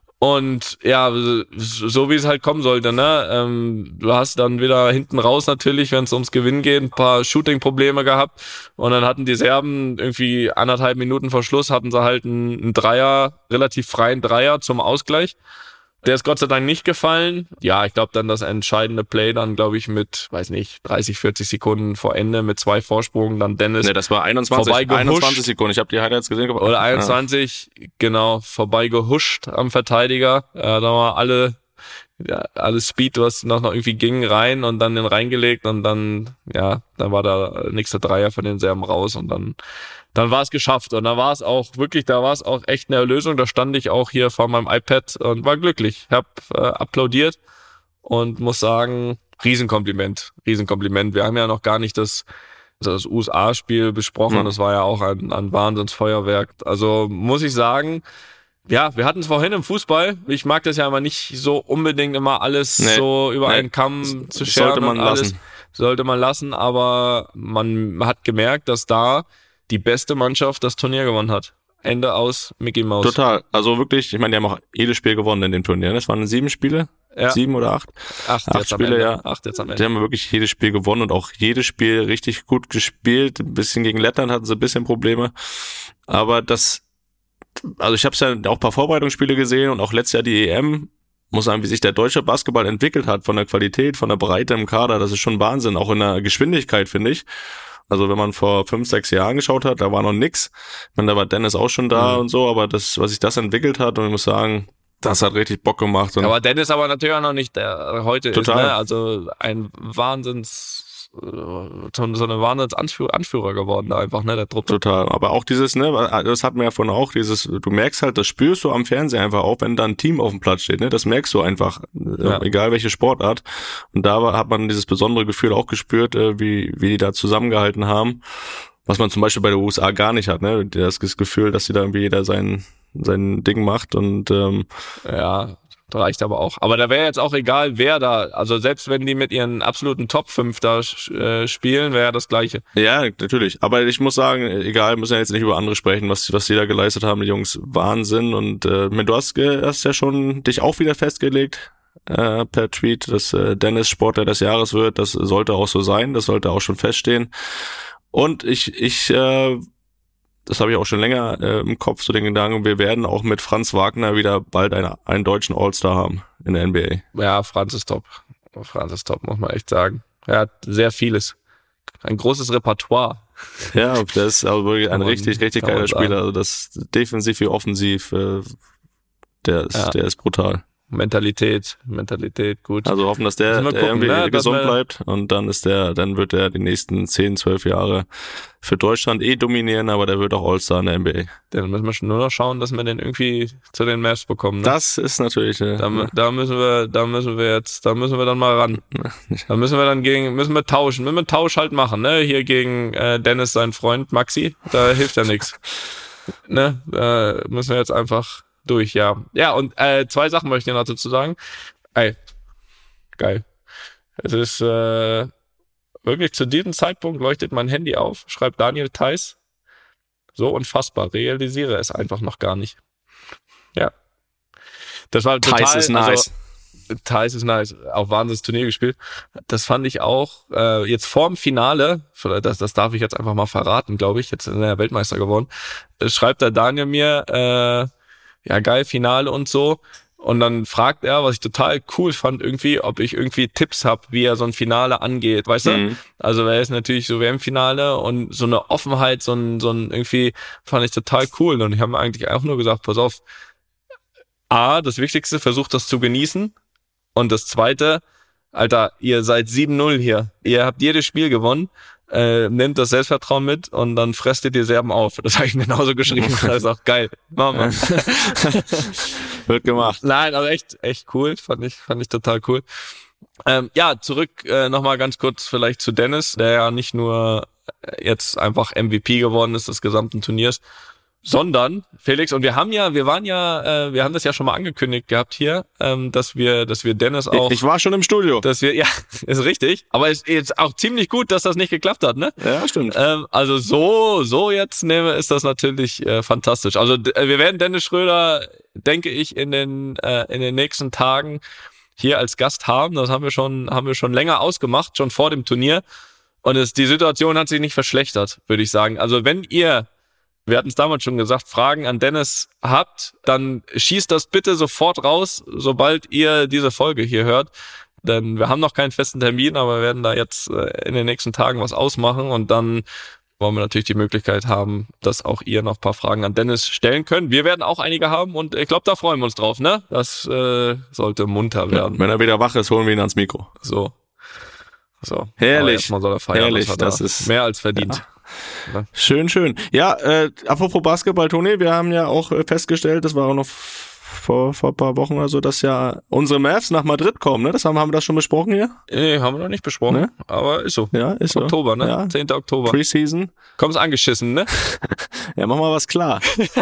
Und ja, so wie es halt kommen sollte, ne? Ähm, du hast dann wieder hinten raus natürlich, wenn es ums Gewinn geht, ein paar Shooting-Probleme gehabt. Und dann hatten die Serben irgendwie anderthalb Minuten vor Schluss, hatten sie halt einen, einen Dreier, relativ freien Dreier zum Ausgleich. Der ist Gott sei Dank nicht gefallen. Ja, ich glaube dann das entscheidende Play dann, glaube ich, mit, weiß nicht, dreißig, vierzig Sekunden vor Ende mit zwei Vorsprungen, dann Dennis. Ne, das war einundzwanzig, einundzwanzig Sekunden. Ich habe die Highlights gesehen. Oder einundzwanzig, ja. Genau, vorbeigehuscht am Verteidiger. Ja, da war alle, ja, alles Speed, was noch, noch irgendwie ging, rein und dann den reingelegt und dann, ja, dann war der nächste Dreier von den Serben raus und dann Dann war es geschafft und da war es auch wirklich, da war es auch echt eine Erlösung. Da stand ich auch hier vor meinem iPad und war glücklich. Ich habe äh, applaudiert und muss sagen, Riesenkompliment, Riesenkompliment. Wir haben ja noch gar nicht das, das U S A-Spiel besprochen. Mhm. Das war ja auch ein, ein Wahnsinnsfeuerwerk. Also muss ich sagen, ja, wir hatten es vorhin im Fußball. Ich mag das ja immer nicht so unbedingt immer alles nee, so über nee. einen Kamm zu scheren. Sollte man alles. lassen. Sollte man lassen, aber man hat gemerkt, dass da die beste Mannschaft das Turnier gewonnen hat. Ende aus Mickey Mouse. Total. Also wirklich, ich meine, die haben auch jedes Spiel gewonnen in dem Turnier. Das waren sieben Spiele, ja. sieben oder acht. Acht, acht jetzt Spiele, am Ende. ja. Acht jetzt am Ende. Die haben wirklich jedes Spiel gewonnen und auch jedes Spiel richtig gut gespielt. Ein bisschen gegen Lettland hatten sie ein bisschen Probleme. Aber das, also ich habe es ja auch ein paar Vorbereitungsspiele gesehen und auch letztes Jahr die E M. Muss sagen, wie sich der deutsche Basketball entwickelt hat, von der Qualität, von der Breite im Kader, das ist schon Wahnsinn. Auch in der Geschwindigkeit, finde ich. Also wenn man vor fünf, sechs Jahren geschaut hat, da war noch nix. Ich meine, da war Dennis auch schon da mhm. und so, aber das, was sich das entwickelt hat, und ich muss sagen, das hat richtig Bock gemacht. Und aber Dennis aber natürlich auch noch nicht der heute total. ist, ne? Also ein Wahnsinns, so eine Wahnsinns-Anführer geworden da einfach, ne, der Truppe. Total, aber auch dieses, ne, das hatten wir ja vorhin auch, dieses, du merkst halt, das spürst du am Fernseher einfach auch, wenn da ein Team auf dem Platz steht, ne, das merkst du einfach, ja. egal welche Sportart. Und da war, hat man dieses besondere Gefühl auch gespürt, wie, wie die da zusammengehalten haben, was man zum Beispiel bei der U S A gar nicht hat, ne, das Gefühl, dass sie da irgendwie jeder sein, sein Ding macht und, ähm, ja, das reicht aber auch. Aber da wäre jetzt auch egal, wer da, also selbst wenn die mit ihren absoluten Top fünf da äh, spielen, wäre ja das Gleiche. Ja, natürlich. Aber ich muss sagen, egal, müssen ja jetzt nicht über andere sprechen, was was die da geleistet haben, die Jungs, Wahnsinn. Und äh, du hast, hast ja schon dich auch wieder festgelegt äh, per Tweet, dass äh, Dennis Sportler des Jahres wird. Das sollte auch so sein, das sollte auch schon feststehen. Und ich, ich äh, das habe ich auch schon länger äh, im Kopf, so den Gedanken, wir werden auch mit Franz Wagner wieder bald eine, einen deutschen All-Star haben in der N B A. Ja, Franz ist top. Franz ist top, muss man echt sagen. Er hat sehr vieles. Ein großes Repertoire. Ja, der ist also wirklich ein richtig, richtig geiler Spieler. Also das defensiv wie offensiv, äh, der ist, ja. der ist brutal. Mentalität, Mentalität, gut. Also hoffen, dass der, der gucken, irgendwie ne, gesund bleibt und dann ist der, dann wird er die nächsten zehn, zwölf Jahre für Deutschland eh dominieren, aber der wird auch All-Star in der N B A. Dann müssen wir schon nur noch schauen, dass wir den irgendwie zu den Mavs bekommen. Ne? Das ist natürlich. Äh, da, da müssen wir, da müssen wir jetzt, da müssen wir dann mal ran. Da müssen wir dann gegen, müssen wir tauschen, müssen wir einen Tausch halt machen, ne? Hier gegen äh, Dennis, sein Freund Maxi, da hilft ja nichts. Ne? Da müssen wir jetzt einfach durch, ja. Ja, und äh, zwei Sachen möchte ich noch dazu sagen. Ey, geil. Es ist äh, wirklich zu diesem Zeitpunkt leuchtet mein Handy auf, schreibt Daniel Theiss. So unfassbar, realisiere es einfach noch gar nicht. Ja. Das war total, Theiss ist nice. Also, Thais ist nice, auch wahnsinniges Turnier gespielt. Das fand ich auch äh, jetzt vorm Finale, das, das darf ich jetzt einfach mal verraten, glaube ich, jetzt ist er Weltmeister geworden, äh, schreibt der Daniel mir, äh, ja geil, Finale und so. Und dann fragt er, was ich total cool fand irgendwie, ob ich irgendwie Tipps habe, wie er so ein Finale angeht, weißt Mhm. du? Also er ist natürlich so W M-Finale und so eine Offenheit, so ein, so ein irgendwie fand ich total cool. Und ich habe mir eigentlich auch nur gesagt, pass auf, A, das Wichtigste, versucht das zu genießen. Und das Zweite, Alter, ihr seid sieben null hier. Ihr habt jedes Spiel gewonnen. Äh, nehmt das Selbstvertrauen mit und dann fresst ihr die Serben auf. Das habe ich genauso geschrieben. Das ist auch geil. Machen wir. Wird gemacht. Nein, aber echt, echt cool. Fand ich, fand ich total cool. Ähm, ja, zurück äh, nochmal ganz kurz vielleicht zu Dennis, der ja nicht nur jetzt einfach M V P geworden ist des gesamten Turniers, sondern Felix, und wir haben ja, wir waren ja, äh, wir haben das ja schon mal angekündigt gehabt hier, ähm, dass wir, dass wir Dennis auch, Ich war schon im Studio. dass wir, ja, ist richtig, aber es ist jetzt auch ziemlich gut, dass das nicht geklappt hat, ne? Ja, stimmt. Ähm, also so, so jetzt nehme, ist das natürlich äh, fantastisch. Also d- wir werden Dennis Schröder, denke ich, in den äh, in den nächsten Tagen hier als Gast haben. Das haben wir schon, haben wir schon länger ausgemacht, schon vor dem Turnier. Und es, die Situation hat sich nicht verschlechtert, würde ich sagen. Also wenn ihr, wir hatten es damals schon gesagt, Fragen an Dennis habt, dann schießt das bitte sofort raus, sobald ihr diese Folge hier hört. Denn wir haben noch keinen festen Termin, aber wir werden da jetzt in den nächsten Tagen was ausmachen und dann wollen wir natürlich die Möglichkeit haben, dass auch ihr noch ein paar Fragen an Dennis stellen könnt. Wir werden auch einige haben und ich glaube, da freuen wir uns drauf, ne? Das äh, sollte munter werden. Wenn er wieder wach ist, holen wir ihn ans Mikro. So. So. Herrlich. Erstmal soll er feiern. Herrlich, das, hat das er ist- mehr als verdient. Ja. Schön, schön. Ja, äh, apropos Basketball, Toni, wir haben ja auch äh, festgestellt, das war auch noch vor, vor ein paar Wochen oder so, dass ja unsere Mavs nach Madrid kommen, ne? Das haben, haben wir das schon besprochen hier? Nee, haben wir noch nicht besprochen, Ne? aber ist so. Ja, ist so. Oktober, ne? Ja. zehnten Oktober. Preseason. Kommst angeschissen, ne? Ja, mach mal was klar.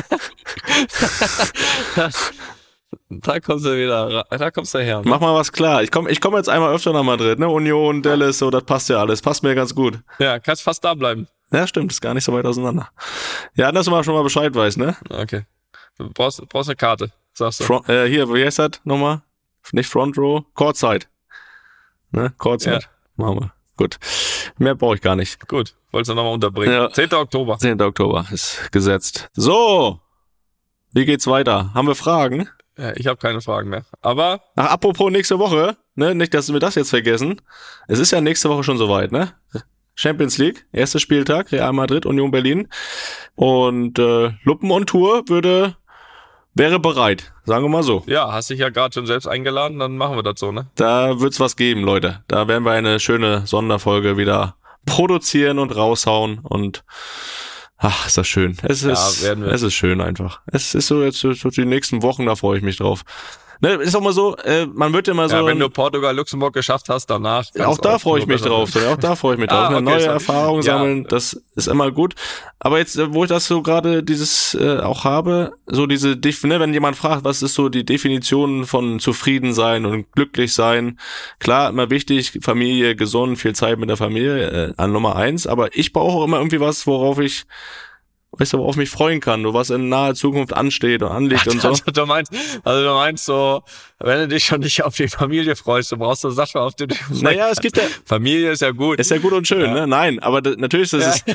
Da kommst du wieder, ra- da kommst du her. Ne? Mach mal was klar. Ich komme ich komm jetzt einmal öfter nach Madrid, ne? Union, Dallas, so, das passt ja alles. Passt mir ganz gut. Ja, kannst fast da bleiben. Ja, stimmt, ist gar nicht so weit auseinander. Ja, dass du mal schon mal Bescheid weißt, ne? Okay. Du brauchst, brauchst eine Karte, sagst du. Front, äh, hier, wie heißt das nochmal? Nicht Front Row, Courtside. Ne? Courtside. Ja. Machen wir. Gut. Mehr brauche ich gar nicht. Gut, wolltest du nochmal unterbringen. Ja. zehnten Oktober. zehnten Oktober ist gesetzt. So. Wie geht's weiter? Haben wir Fragen? Ja, ich habe keine Fragen mehr. Aber Ach, apropos nächste Woche, ne? Nicht, dass wir das jetzt vergessen. Es ist ja nächste Woche schon soweit, ne? Champions League, erster Spieltag, Real Madrid, Union Berlin. Und äh, Luppen on Tour würde, wäre bereit, sagen wir mal so. ja, hast dich ja gerade schon selbst eingeladen, dann machen wir das so, ne? Da wird's was geben, Leute. Da werden wir eine schöne Sonderfolge wieder produzieren und raushauen und ach, ist das schön. Es Ja, ist, werden wir. es ist schön einfach. Es ist so jetzt so so die nächsten Wochen, da freue ich mich drauf. Ne, ist auch mal so, äh, man wird ja mal so Ja, wenn du Portugal, Luxemburg geschafft hast, danach. kannst auch du da freue ich nur mich besser drauf. werden. Auch da freue ich mich Ah, drauf. Eine okay, neue sorry. Erfahrung Ja. sammeln, das ist immer gut. Aber jetzt, äh, wo ich das so gerade dieses äh, auch habe, so diese, Def- ne, wenn jemand fragt, was ist so die Definition von zufrieden sein und glücklich sein? Klar, immer wichtig, Familie, gesund, viel Zeit mit der Familie äh, an Nummer eins. Aber ich brauche auch immer irgendwie was, worauf ich weißt du, worauf mich freuen kann, was in naher Zukunft ansteht und anliegt und so. Also du meinst, also du meinst so, wenn du dich schon nicht auf die Familie freust, du brauchst so Sachen, auf die du dich freuen Naja, es gibt ja, kannst. Familie ist ja gut. ist ja gut und schön, Ja. ne? Nein, aber d- natürlich ist es,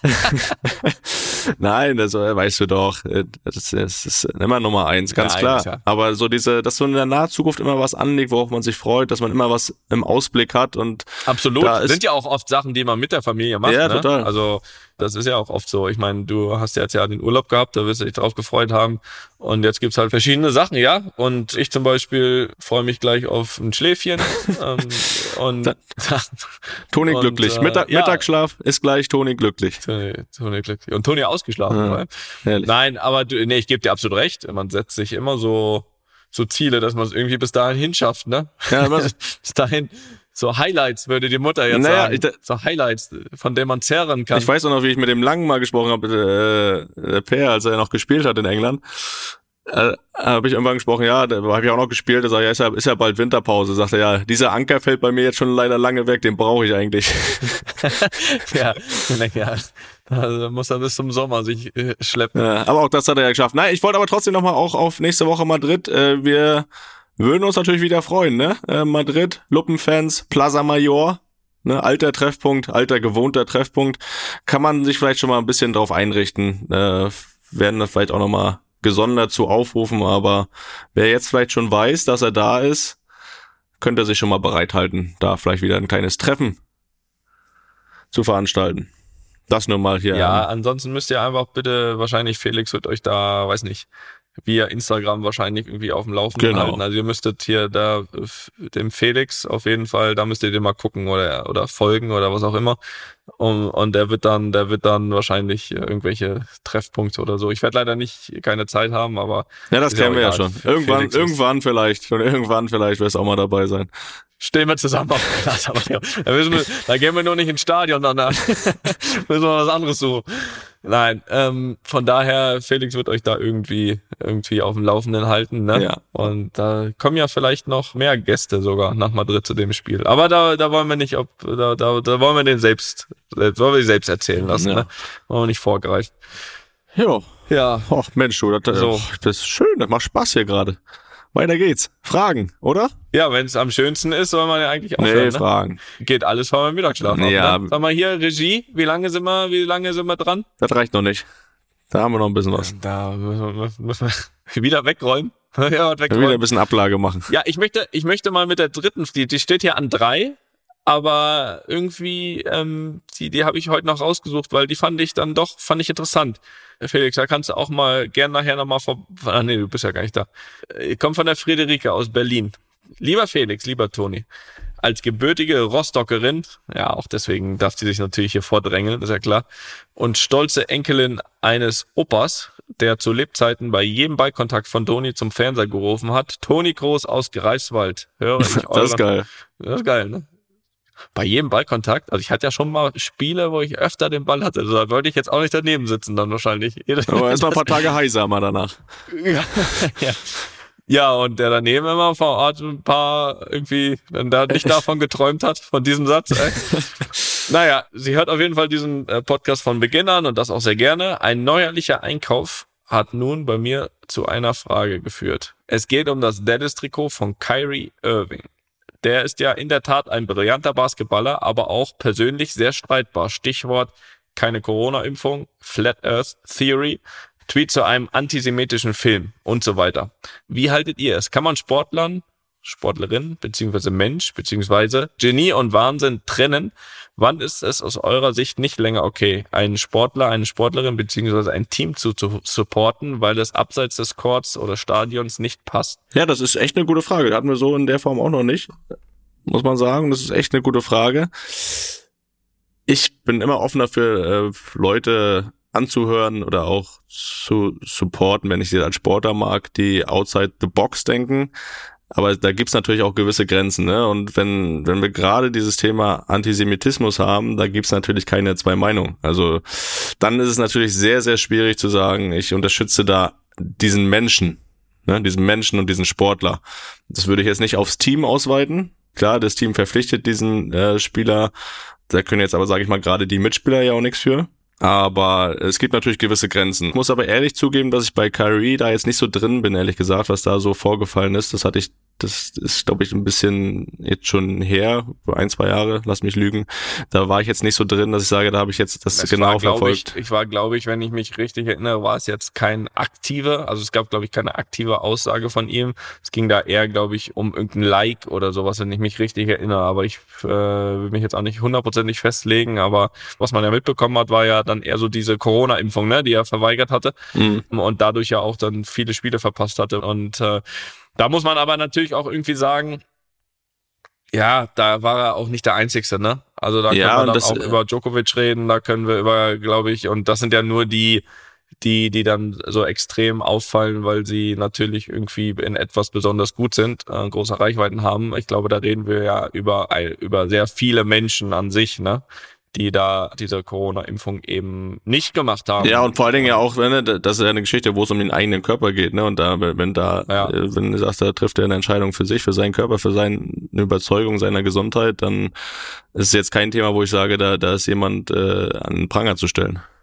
nein, das äh, weißt du doch, äh, das ist, das ist immer Nummer eins, ganz Nein, klar. ist ja- Aber so diese, dass so in der nahen Zukunft immer was anliegt, worauf man sich freut, dass man immer was im Ausblick hat und Absolut. Da ist- Sind ja auch oft Sachen, die man mit der Familie macht. Ja, ne? total. Also das ist ja auch oft so. Ich meine, du hast ja jetzt ja den Urlaub gehabt, da wirst du dich drauf gefreut haben. Und jetzt gibt's halt verschiedene Sachen, ja. Und ich zum Beispiel freue mich gleich auf ein Schläfchen. ähm, und Toni Und, glücklich. äh, Mittag, ja. Mittagsschlaf ist gleich Toni glücklich. Toni, Toni glücklich. Und Toni ausgeschlafen. Ja, vor allem. herrlich. Nein, aber du, nee, ich gebe dir absolut recht. Man setzt sich immer so so Ziele, dass man es irgendwie bis dahin hinschafft, ne? Ja, immer- bis dahin so Highlights, würde die Mutter jetzt Naja, sagen. ich da- so Highlights, von denen man zehren kann. Ich weiß auch noch, wie ich mit dem Langen mal gesprochen habe, äh, der Per, als er noch gespielt hat in England. Äh, habe ich irgendwann gesprochen, ja, da habe ich auch noch gespielt, da sag ich, ja, ist ja, ist ja bald Winterpause. Sagt er, ja, dieser Anker fällt bei mir jetzt schon leider lange weg, den brauche ich eigentlich. ja, ja, da muss er bis zum Sommer sich äh, schleppen. Ja, aber auch das hat er ja geschafft. Nein, ich wollte aber trotzdem nochmal auch auf nächste Woche Madrid. Äh, wir würden uns natürlich wieder freuen, ne? Äh, Madrid, Luppenfans, Plaza Mayor, ne? Alter Treffpunkt, alter gewohnter Treffpunkt. Kann man sich vielleicht schon mal ein bisschen drauf einrichten. Äh, werden das vielleicht auch nochmal gesondert zu aufrufen, aber wer jetzt vielleicht schon weiß, dass er da ist, könnte sich schon mal bereithalten, da vielleicht wieder ein kleines Treffen zu veranstalten. Das nur mal hier. Ja, ansonsten müsst ihr einfach bitte, wahrscheinlich Felix wird euch da, weiß nicht, via Instagram wahrscheinlich irgendwie auf dem Laufenden Genau. halten. Also ihr müsstet hier da dem Felix auf jeden Fall, da müsst ihr dem mal gucken oder oder folgen oder was auch immer. Und, und der wird dann, der wird dann wahrscheinlich irgendwelche Treffpunkte oder so. Ich werde leider nicht keine Zeit haben, aber Ja, das kennen wir ja schon. Irgendwann, Felix irgendwann vielleicht, schon irgendwann vielleicht wirst du auch mal dabei sein. Stehen wir zusammen auf dem Platz, aber ja, da, müssen wir, da gehen wir nur nicht ins Stadion, dann da müssen wir was anderes suchen. Nein, ähm, von daher, Felix wird euch da irgendwie irgendwie auf dem Laufenden halten, ne? Ja. Und da kommen ja vielleicht noch mehr Gäste sogar nach Madrid zu dem Spiel. Aber da da wollen wir nicht, ob da da, da wollen wir den selbst, wollen wir die selbst erzählen lassen, Ja. ne? Wollen wir nicht vorgreifen. Jo. Ja. Och, Mensch, du, das, So. oh, das ist schön, das macht Spaß hier gerade. Weiter geht's. Fragen, oder? Ja, wenn es am schönsten ist, soll man ja eigentlich Nee, aufhören, ne? Fragen. Geht alles vor meinem Mittagsschlaf Ja. ab, ne? Sag mal hier, Regie, wie lange sind wir, wie lange sind wir dran? Das reicht noch nicht. Da haben wir noch ein bisschen was. Da müssen wir, müssen wir wieder wegräumen. Ja, was Dann wieder ein wegräumen. bisschen Ablage machen. Ja, ich möchte, ich möchte mal mit der dritten, die, die steht hier an drei, aber irgendwie, ähm, die, die habe ich heute noch rausgesucht, weil die fand ich dann doch, fand ich interessant. Felix, da kannst du auch mal gern nachher nochmal vor, ah nee, du bist ja gar nicht da. Ich komme von der Friederike aus Berlin. Lieber Felix, lieber Toni, als gebürtige Rostockerin, ja, auch deswegen darf sie sich natürlich hier vordrängeln, ist ja klar, und stolze Enkelin eines Opas, der zu Lebzeiten bei jedem Ballkontakt von Toni zum Fernseher gerufen hat, Toni Groß aus Greifswald, höre ich euren... Das ist geil. Das ist geil, ne? Bei jedem Ballkontakt, also ich hatte ja schon mal Spiele, wo ich öfter den Ball hatte, also da wollte ich jetzt auch nicht daneben sitzen dann wahrscheinlich. Aber erst mal ein paar Tage heiser mal danach. Ja, ja. Ja, und der daneben immer vor Ort ein paar irgendwie, wenn der nicht davon geträumt hat, von diesem Satz. Ey. Naja, sie hört auf jeden Fall diesen äh, Podcast von Beginn an und das auch sehr gerne. Ein neuerlicher Einkauf hat nun bei mir zu einer Frage geführt. Es geht um das Dallas-Trikot von Kyrie Irving. Der ist ja in der Tat ein brillanter Basketballer, aber auch persönlich sehr streitbar. Stichwort keine Corona-Impfung, Flat Earth Theory, Tweet zu einem antisemitischen Film und so weiter. Wie haltet ihr es? Kann man Sportlern, Sportlerin, beziehungsweise Mensch, beziehungsweise Genie und Wahnsinn trennen? Wann ist es aus eurer Sicht nicht länger okay, einen Sportler, eine Sportlerin, beziehungsweise ein Team zu, zu supporten, weil es abseits des Courts oder Stadions nicht passt? Ja, das ist echt eine gute Frage. Das hatten wir so in der Form auch noch nicht. Muss man sagen, das ist echt eine gute Frage. Ich bin immer offen dafür, äh, Leute anzuhören oder auch zu supporten, wenn ich sie als Sportler mag, die outside the box denken. Aber da gibt's natürlich auch gewisse Grenzen, ne? Und wenn wenn wir gerade dieses Thema Antisemitismus haben, da gibt's natürlich keine zwei Meinungen. Also dann ist es natürlich sehr, sehr schwierig zu sagen, ich unterstütze da diesen Menschen, ne? Diesen Menschen und diesen Sportler. Das würde ich jetzt nicht aufs Team ausweiten. Klar, das Team verpflichtet diesen äh, Spieler. Da können jetzt aber, sage ich mal, gerade die Mitspieler ja auch nichts für. Aber es gibt natürlich gewisse Grenzen. Ich muss aber ehrlich zugeben, dass ich bei Kyrie da jetzt nicht so drin bin, ehrlich gesagt, was da so vorgefallen ist. Das hatte ich, das ist, glaube ich, ein bisschen jetzt schon her, ein, zwei Jahre, lass mich lügen. Da war ich jetzt nicht so drin, dass ich sage, da habe ich jetzt das Es genau war, glaub verfolgt. Ich, ich war, glaube ich, wenn ich mich richtig erinnere, war es jetzt kein aktive, also es gab, glaube ich, keine aktive Aussage von ihm. Es ging da eher, glaube ich, um irgendein Like oder sowas, wenn ich mich richtig erinnere. Aber ich äh, will mich jetzt auch nicht hundertprozentig festlegen. Aber was man ja mitbekommen hat, war ja dann eher so diese Corona-Impfung, ne, die er verweigert hatte Mhm. und dadurch ja auch dann viele Spiele verpasst hatte. Und äh, da muss man aber natürlich auch irgendwie sagen, ja, da war er auch nicht der Einzigste, ne? Also da Ja, können wir und dann das, auch äh, über Djokovic reden, da können wir über, glaube ich, und das sind ja nur die, die, die dann so extrem auffallen, weil sie natürlich irgendwie in etwas besonders gut sind, äh, große Reichweiten haben. Ich glaube, da reden wir ja über, über sehr viele Menschen an sich, ne? Die da diese Corona-Impfung eben nicht gemacht haben. Ja, und vor allen Dingen ja auch, wenn ne, das ist ja eine Geschichte, wo es um den eigenen Körper geht, ne? Und da, wenn da, Ja. äh, wenn du sagst, da trifft er eine Entscheidung für sich, für seinen Körper, für seine Überzeugung seiner Gesundheit, dann ist es jetzt kein Thema, wo ich sage, da, da ist jemand äh, an den Pranger zu stellen.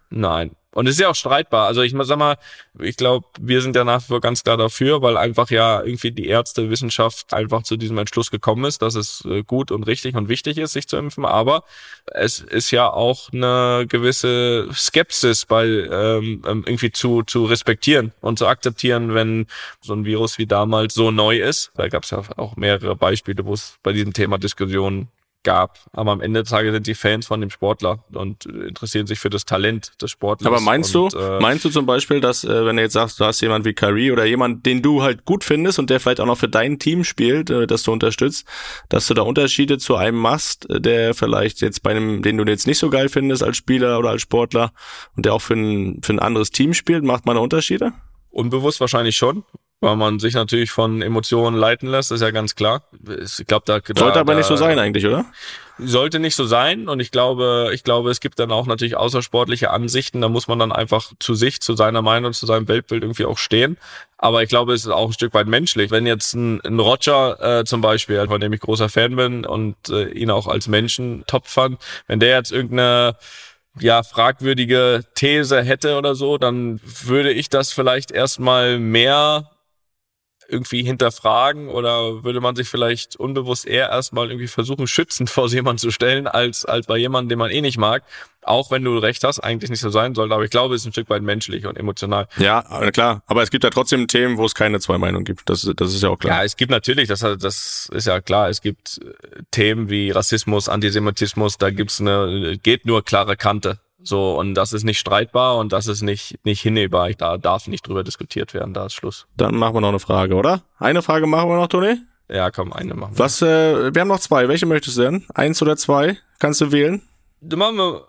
Nein. Und es ist ja auch streitbar. Also ich sag mal, ich glaube, wir sind ja nach wie vor ganz klar dafür, weil einfach ja irgendwie die Ärztewissenschaft einfach zu diesem Entschluss gekommen ist, dass es gut und richtig und wichtig ist, sich zu impfen. Aber es ist ja auch eine gewisse Skepsis bei ähm, irgendwie zu zu respektieren und zu akzeptieren, wenn so ein Virus wie damals so neu ist. Da gab es ja auch mehrere Beispiele, wo es bei diesem Thema Diskussionen gab. Aber am Ende des Tages sind die Fans von dem Sportler und interessieren sich für das Talent des Sportlers. Aber meinst und, du, äh, meinst du zum Beispiel, dass, äh, wenn du jetzt sagst, du hast jemand wie Kyrie oder jemand, den du halt gut findest und der vielleicht auch noch für dein Team spielt, äh, das du unterstützt, dass du da Unterschiede zu einem machst, äh, der vielleicht jetzt bei einem, den du jetzt nicht so geil findest als Spieler oder als Sportler und der auch für ein, für ein anderes Team spielt, macht man da Unterschiede? Unbewusst wahrscheinlich schon, weil man sich natürlich von Emotionen leiten lässt, ist ja ganz klar. Ich glaube, da, da sollte aber da, nicht so sein eigentlich, oder? Sollte nicht so sein, und ich glaube, ich glaube, es gibt dann auch natürlich außersportliche Ansichten, da muss man dann einfach zu sich, zu seiner Meinung, zu seinem Weltbild irgendwie auch stehen. Aber ich glaube, es ist auch ein Stück weit menschlich. Wenn jetzt ein, ein Roger äh, zum Beispiel, von dem ich großer Fan bin und äh, ihn auch als Menschen top fand, wenn der jetzt irgendeine ja fragwürdige These hätte oder so, dann würde ich das vielleicht erstmal mehr irgendwie hinterfragen, oder würde man sich vielleicht unbewusst eher erstmal irgendwie versuchen, schützend vor jemanden zu stellen, als als bei jemandem, den man eh nicht mag. Auch wenn du recht hast, eigentlich nicht so sein sollte, aber ich glaube, es ist ein Stück weit menschlich und emotional. Ja, klar, aber es gibt ja trotzdem Themen, wo es keine zwei Meinungen gibt, das, das ist ja auch klar. Ja, es gibt natürlich, das, das ist ja klar, es gibt Themen wie Rassismus, Antisemitismus, da gibt's eine, geht nur klare Kante. So, und das ist nicht streitbar und das ist nicht nicht hinnehmbar. Da darf nicht drüber diskutiert werden, da ist Schluss. Dann machen wir noch eine Frage, oder? Eine Frage machen wir noch, Toni? Ja, komm, eine machen wir. Was, äh, wir haben noch zwei. Welche möchtest du denn? Eins oder zwei? Kannst du wählen? Du machen wir.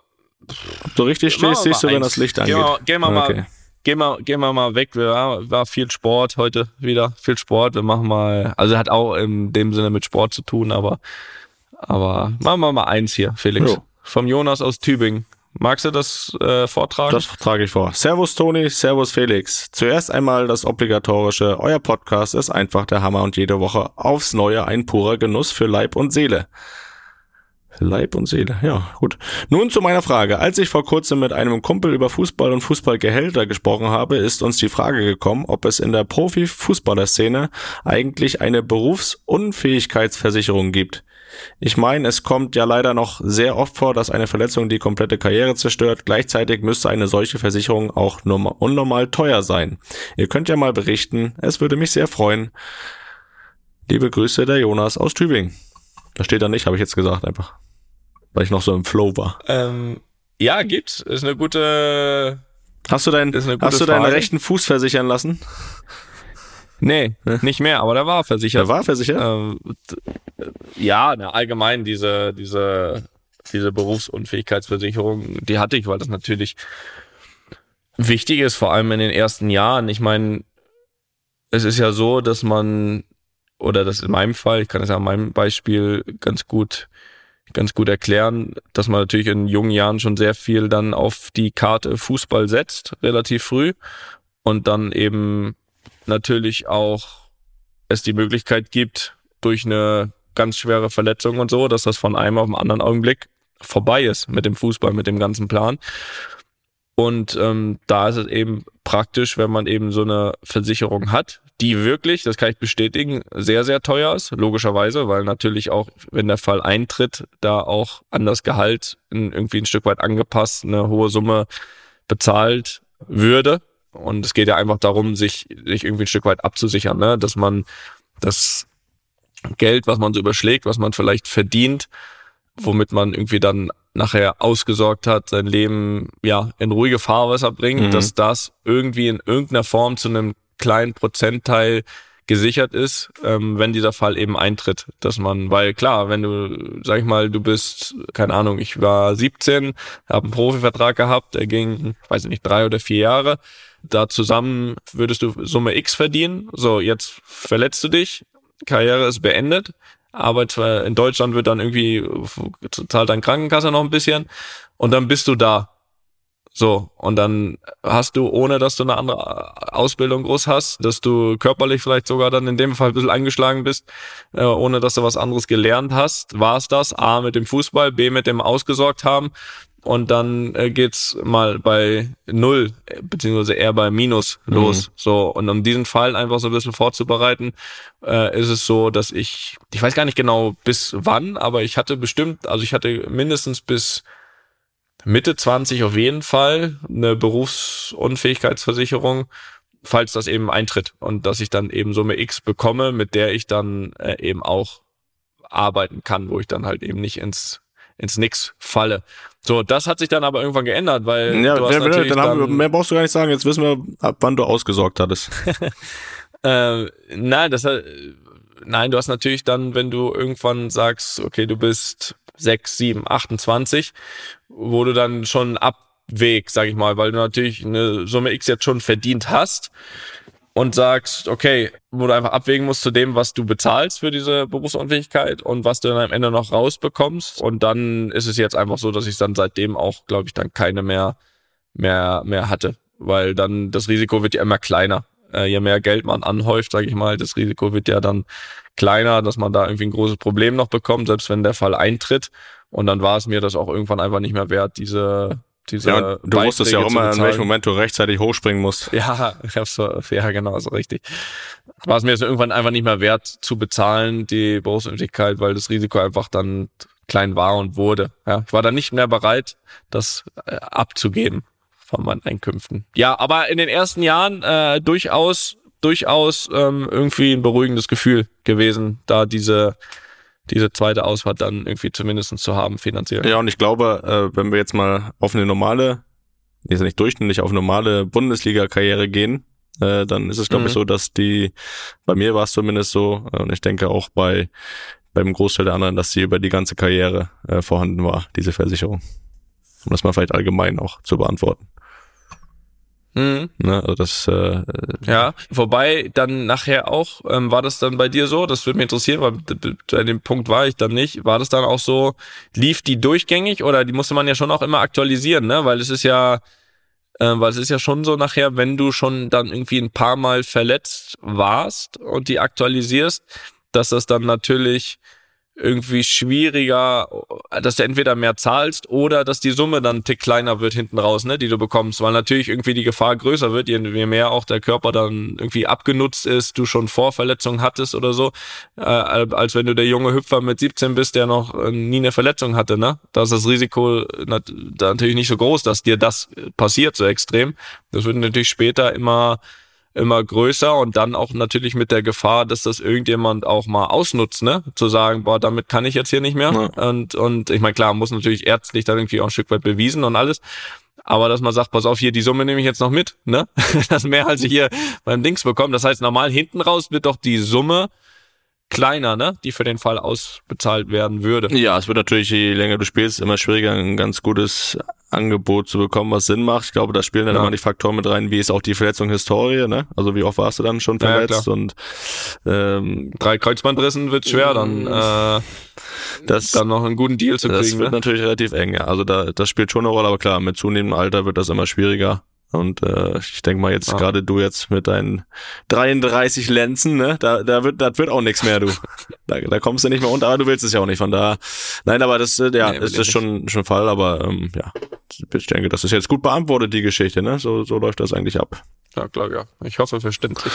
Ob du richtig stehst, siehst du, wenn das Licht angeht. Gehen wir mal, okay. gehen wir, gehen wir mal weg. Wir war, war viel Sport heute wieder, viel Sport. Wir machen mal, also hat auch in dem Sinne mit Sport zu tun, aber, aber machen wir mal eins hier, Felix. Jo. Vom Jonas aus Tübingen. Magst du das äh, vortragen? Das trage ich vor. Servus Toni, Servus Felix. Zuerst einmal das obligatorische. Euer Podcast ist einfach der Hammer und jede Woche aufs Neue ein purer Genuss für Leib und Seele. Leib und Seele, ja, gut. Nun zu meiner Frage. Als ich vor kurzem mit einem Kumpel über Fußball und Fußballgehälter gesprochen habe, ist uns die Frage gekommen, ob es in der Profi-Fußballerszene eigentlich eine Berufsunfähigkeitsversicherung gibt. Ich meine, es kommt ja leider noch sehr oft vor, dass eine Verletzung die komplette Karriere zerstört. Gleichzeitig müsste eine solche Versicherung auch unnormal teuer sein. Ihr könnt ja mal berichten, es würde mich sehr freuen. Liebe Grüße, der Jonas aus Tübingen. Da steht er nicht, habe ich jetzt gesagt einfach. Weil ich noch so im Flow war. Ähm, ja, gibt's. Ist eine gute... Hast du, dein, ist eine gute hast du Frage. deinen rechten Fuß versichern lassen? Nee, nicht mehr, aber der war versichert. Der war versichert? Ähm, ja, ne, allgemein diese diese diese Berufsunfähigkeitsversicherung, die hatte ich, weil das natürlich wichtig ist, vor allem in den ersten Jahren. Ich meine, es ist ja so, dass man, oder das in meinem Fall, ich kann das ja an meinem Beispiel ganz gut ganz gut erklären, dass man natürlich in jungen Jahren schon sehr viel dann auf die Karte Fußball setzt, relativ früh, und dann eben natürlich auch es die Möglichkeit gibt, durch eine ganz schwere Verletzung und so, dass das von einem auf den anderen Augenblick vorbei ist mit dem Fußball, mit dem ganzen Plan. Und ähm, da ist es eben praktisch, wenn man eben so eine Versicherung hat, die wirklich, das kann ich bestätigen, sehr, sehr teuer ist, logischerweise, weil natürlich auch, wenn der Fall eintritt, da auch an das Gehalt in irgendwie ein Stück weit angepasst eine hohe Summe bezahlt würde. Und es geht ja einfach darum, sich sich irgendwie ein Stück weit abzusichern, ne? Dass man das Geld, was man so überschlägt, was man vielleicht verdient, womit man irgendwie dann nachher ausgesorgt hat, sein Leben ja in ruhige Fahrwasser bringt, mhm. dass das irgendwie in irgendeiner Form zu einem kleinen Prozentteil gesichert ist, ähm, wenn dieser Fall eben eintritt, dass man, weil klar, wenn du, sag ich mal, du bist, keine Ahnung, ich war siebzehn, habe einen Profivertrag gehabt, der ging, weiß ich nicht, drei oder vier Jahre, da zusammen würdest du Summe X verdienen, so, jetzt verletzt du dich, Karriere ist beendet, Arbeit in Deutschland wird dann irgendwie, zahlt dein Krankenkasse noch ein bisschen und dann bist du da. So, und dann hast du, ohne dass du eine andere Ausbildung groß hast, dass du körperlich vielleicht sogar dann in dem Fall ein bisschen eingeschlagen bist, äh, ohne dass du was anderes gelernt hast, war es das, A, mit dem Fußball, B, mit dem ausgesorgt haben, und dann äh, geht's mal bei null, beziehungsweise eher bei Minus los. Mhm. So, und um diesen Fall einfach so ein bisschen vorzubereiten, äh, ist es so, dass ich, ich weiß gar nicht genau bis wann, aber ich hatte bestimmt, also ich hatte mindestens bis Mitte zwanzig auf jeden Fall eine Berufsunfähigkeitsversicherung, falls das eben eintritt und dass ich dann eben Summe X bekomme, mit der ich dann äh, eben auch arbeiten kann, wo ich dann halt eben nicht ins ins Nix falle. So, das hat sich dann aber irgendwann geändert, weil ja, du hast ja, natürlich dann, dann, haben wir, mehr brauchst du gar nicht sagen, jetzt wissen wir, ab wann du ausgesorgt hattest. äh, nein, das hat, nein, du hast natürlich dann, wenn du irgendwann sagst, okay, du bist sechs, sieben, achtundzwanzig, wo du dann schon abwägst, sag ich mal, weil du natürlich eine Summe X jetzt schon verdient hast und sagst, okay, wo du einfach abwägen musst zu dem, was du bezahlst für diese Berufsunfähigkeit und was du dann am Ende noch rausbekommst. Und dann ist es jetzt einfach so, dass ich dann seitdem auch, glaube ich, dann keine mehr, mehr, mehr hatte, weil dann das Risiko wird ja immer kleiner. Äh, je mehr Geld man anhäuft, sage ich mal, das Risiko wird ja dann kleiner, dass man da irgendwie ein großes Problem noch bekommt, selbst wenn der Fall eintritt. Und dann war es mir das auch irgendwann einfach nicht mehr wert, diese Diese ja, du Beiträge wusstest ja auch immer, in welchem Moment du rechtzeitig hochspringen musst. Ja, ich hab's so, ja, genau, so richtig. War es mir jetzt irgendwann einfach nicht mehr wert zu bezahlen, die Berufsunfähigkeit, weil das Risiko einfach dann klein war und wurde. Ja, ich war dann nicht mehr bereit, das äh, abzugeben von meinen Einkünften. Ja, aber in den ersten Jahren äh, durchaus, durchaus ähm, irgendwie ein beruhigendes Gefühl gewesen, da diese diese zweite Ausfahrt dann irgendwie zumindest zu haben finanziell. Ja, und ich glaube, äh, wenn wir jetzt mal auf eine normale, jetzt nicht durchschnittlich, auf eine normale Bundesliga-Karriere gehen, äh, dann ist es, glaube mhm. ich, so, dass die, bei mir war es zumindest so, äh, und ich denke auch bei beim Großteil der anderen, dass sie über die ganze Karriere äh, vorhanden war, diese Versicherung. Um das mal vielleicht allgemein auch zu beantworten. Mhm. Ne, also das, äh, ja, wobei dann nachher auch, ähm, war das dann bei dir so, das würde mich interessieren, weil bei dem Punkt war ich dann nicht, war das dann auch so, lief die durchgängig oder die musste man ja schon auch immer aktualisieren, ne, weil es ist ja, äh, weil es ist ja schon so nachher, wenn du schon dann irgendwie ein paar Mal verletzt warst und die aktualisierst, dass das dann natürlich irgendwie schwieriger, dass du entweder mehr zahlst oder dass die Summe dann einen Tick kleiner wird hinten raus, ne, die du bekommst, weil natürlich irgendwie die Gefahr größer wird, je mehr auch der Körper dann irgendwie abgenutzt ist, du schon Vorverletzungen hattest oder so, äh, als wenn du der junge Hüpfer mit siebzehn bist, der noch äh, nie eine Verletzung hatte, ne, da ist das Risiko nat- da natürlich nicht so groß, dass dir das passiert so extrem. Das wird natürlich später immer immer größer und dann auch natürlich mit der Gefahr, dass das irgendjemand auch mal ausnutzt, ne? Zu sagen, boah, damit kann ich jetzt hier nicht mehr. Ja. Und und ich meine, klar, muss natürlich ärztlich dann irgendwie auch ein Stück weit bewiesen und alles. Aber dass man sagt, pass auf, hier, die Summe nehme ich jetzt noch mit, ne? Das mehr als ich hier beim Dings bekomme. Das heißt, normal hinten raus wird doch die Summe kleiner, ne? Die für den Fall ausbezahlt werden würde. Ja, es wird natürlich, je länger du spielst, immer schwieriger, ein ganz gutes Angebot zu bekommen, was Sinn macht. Ich glaube, da spielen dann ja. immer die Faktoren mit rein, wie ist auch die Verletzungshistorie, ne? Also wie oft warst du dann schon verletzt? Ja, und ähm, drei Kreuzbandrissen wird schwer, dann äh, das, dann noch einen guten Deal zu kriegen. Das wird ne? natürlich relativ eng, ja. Also da das spielt schon eine Rolle, aber klar, mit zunehmendem Alter wird das immer schwieriger. Und äh, ich denke mal jetzt, ah. gerade du jetzt mit deinen dreiunddreißig Lenzen, ne, da da wird das wird auch nichts mehr, du. Da, da kommst du nicht mehr unter, aber du willst es ja auch nicht, von da. Nein, aber das äh, ja, nee, ist das schon schon Fall, aber ähm, ja, ich denke, das ist jetzt gut beantwortet, die Geschichte, ne? So so läuft das eigentlich ab. Ja, klar, ja. Ich hoffe verständlich.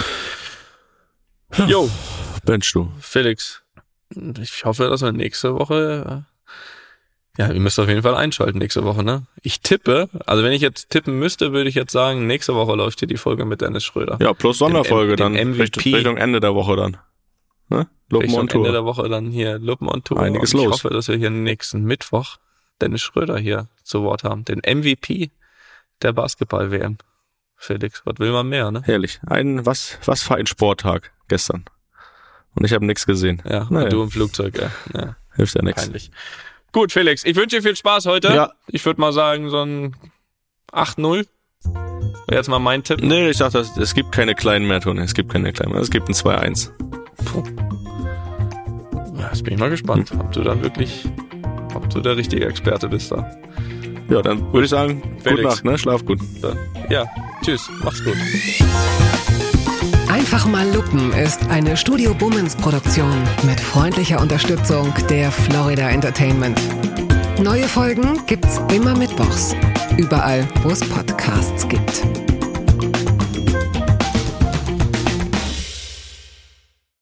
Jo, Mensch, du. Felix. Ich hoffe, dass wir nächste Woche Ja, ihr müsst auf jeden Fall einschalten nächste Woche, ne? Ich tippe, also wenn ich jetzt tippen müsste, würde ich jetzt sagen, nächste Woche läuft hier die Folge mit Dennis Schröder. Ja, plus Sonderfolge den, dann, den Richtung, Richtung Ende der Woche dann. Ne? Luppen on Tour. Ende der Woche dann hier Luppen on Tour. Einiges Und ich los. hoffe, dass wir hier nächsten Mittwoch Dennis Schröder hier zu Wort haben. Den M V P der Basketball-W M. Felix, was will man mehr, ne? Herrlich. Ein, was, was für ein Sporttag gestern. Und ich habe nichts gesehen. Ja, naja. Du im Flugzeug, ja. ja. Hilft ja nichts. Peinlich. Gut, Felix, ich wünsche dir viel Spaß heute. Ja. Ich würde mal sagen, so ein acht null. Wäre jetzt mal mein Tipp. Nee, ich dachte, es gibt keine kleinen mehr, Toni. Es gibt keine kleinen mehr. Es gibt ein zwei eins. Puh. Jetzt bin ich mal gespannt, hm. ob du dann wirklich, ob du der richtige Experte bist da. Ja, dann würde ich sagen, Felix. Gute Nacht, ne? Schlaf gut. Ja, tschüss, mach's gut. Einfach mal Lupen ist eine Studio Bummens Produktion mit freundlicher Unterstützung der Florida Entertainment. Neue Folgen gibt's immer mittwochs. Überall, wo es Podcasts gibt.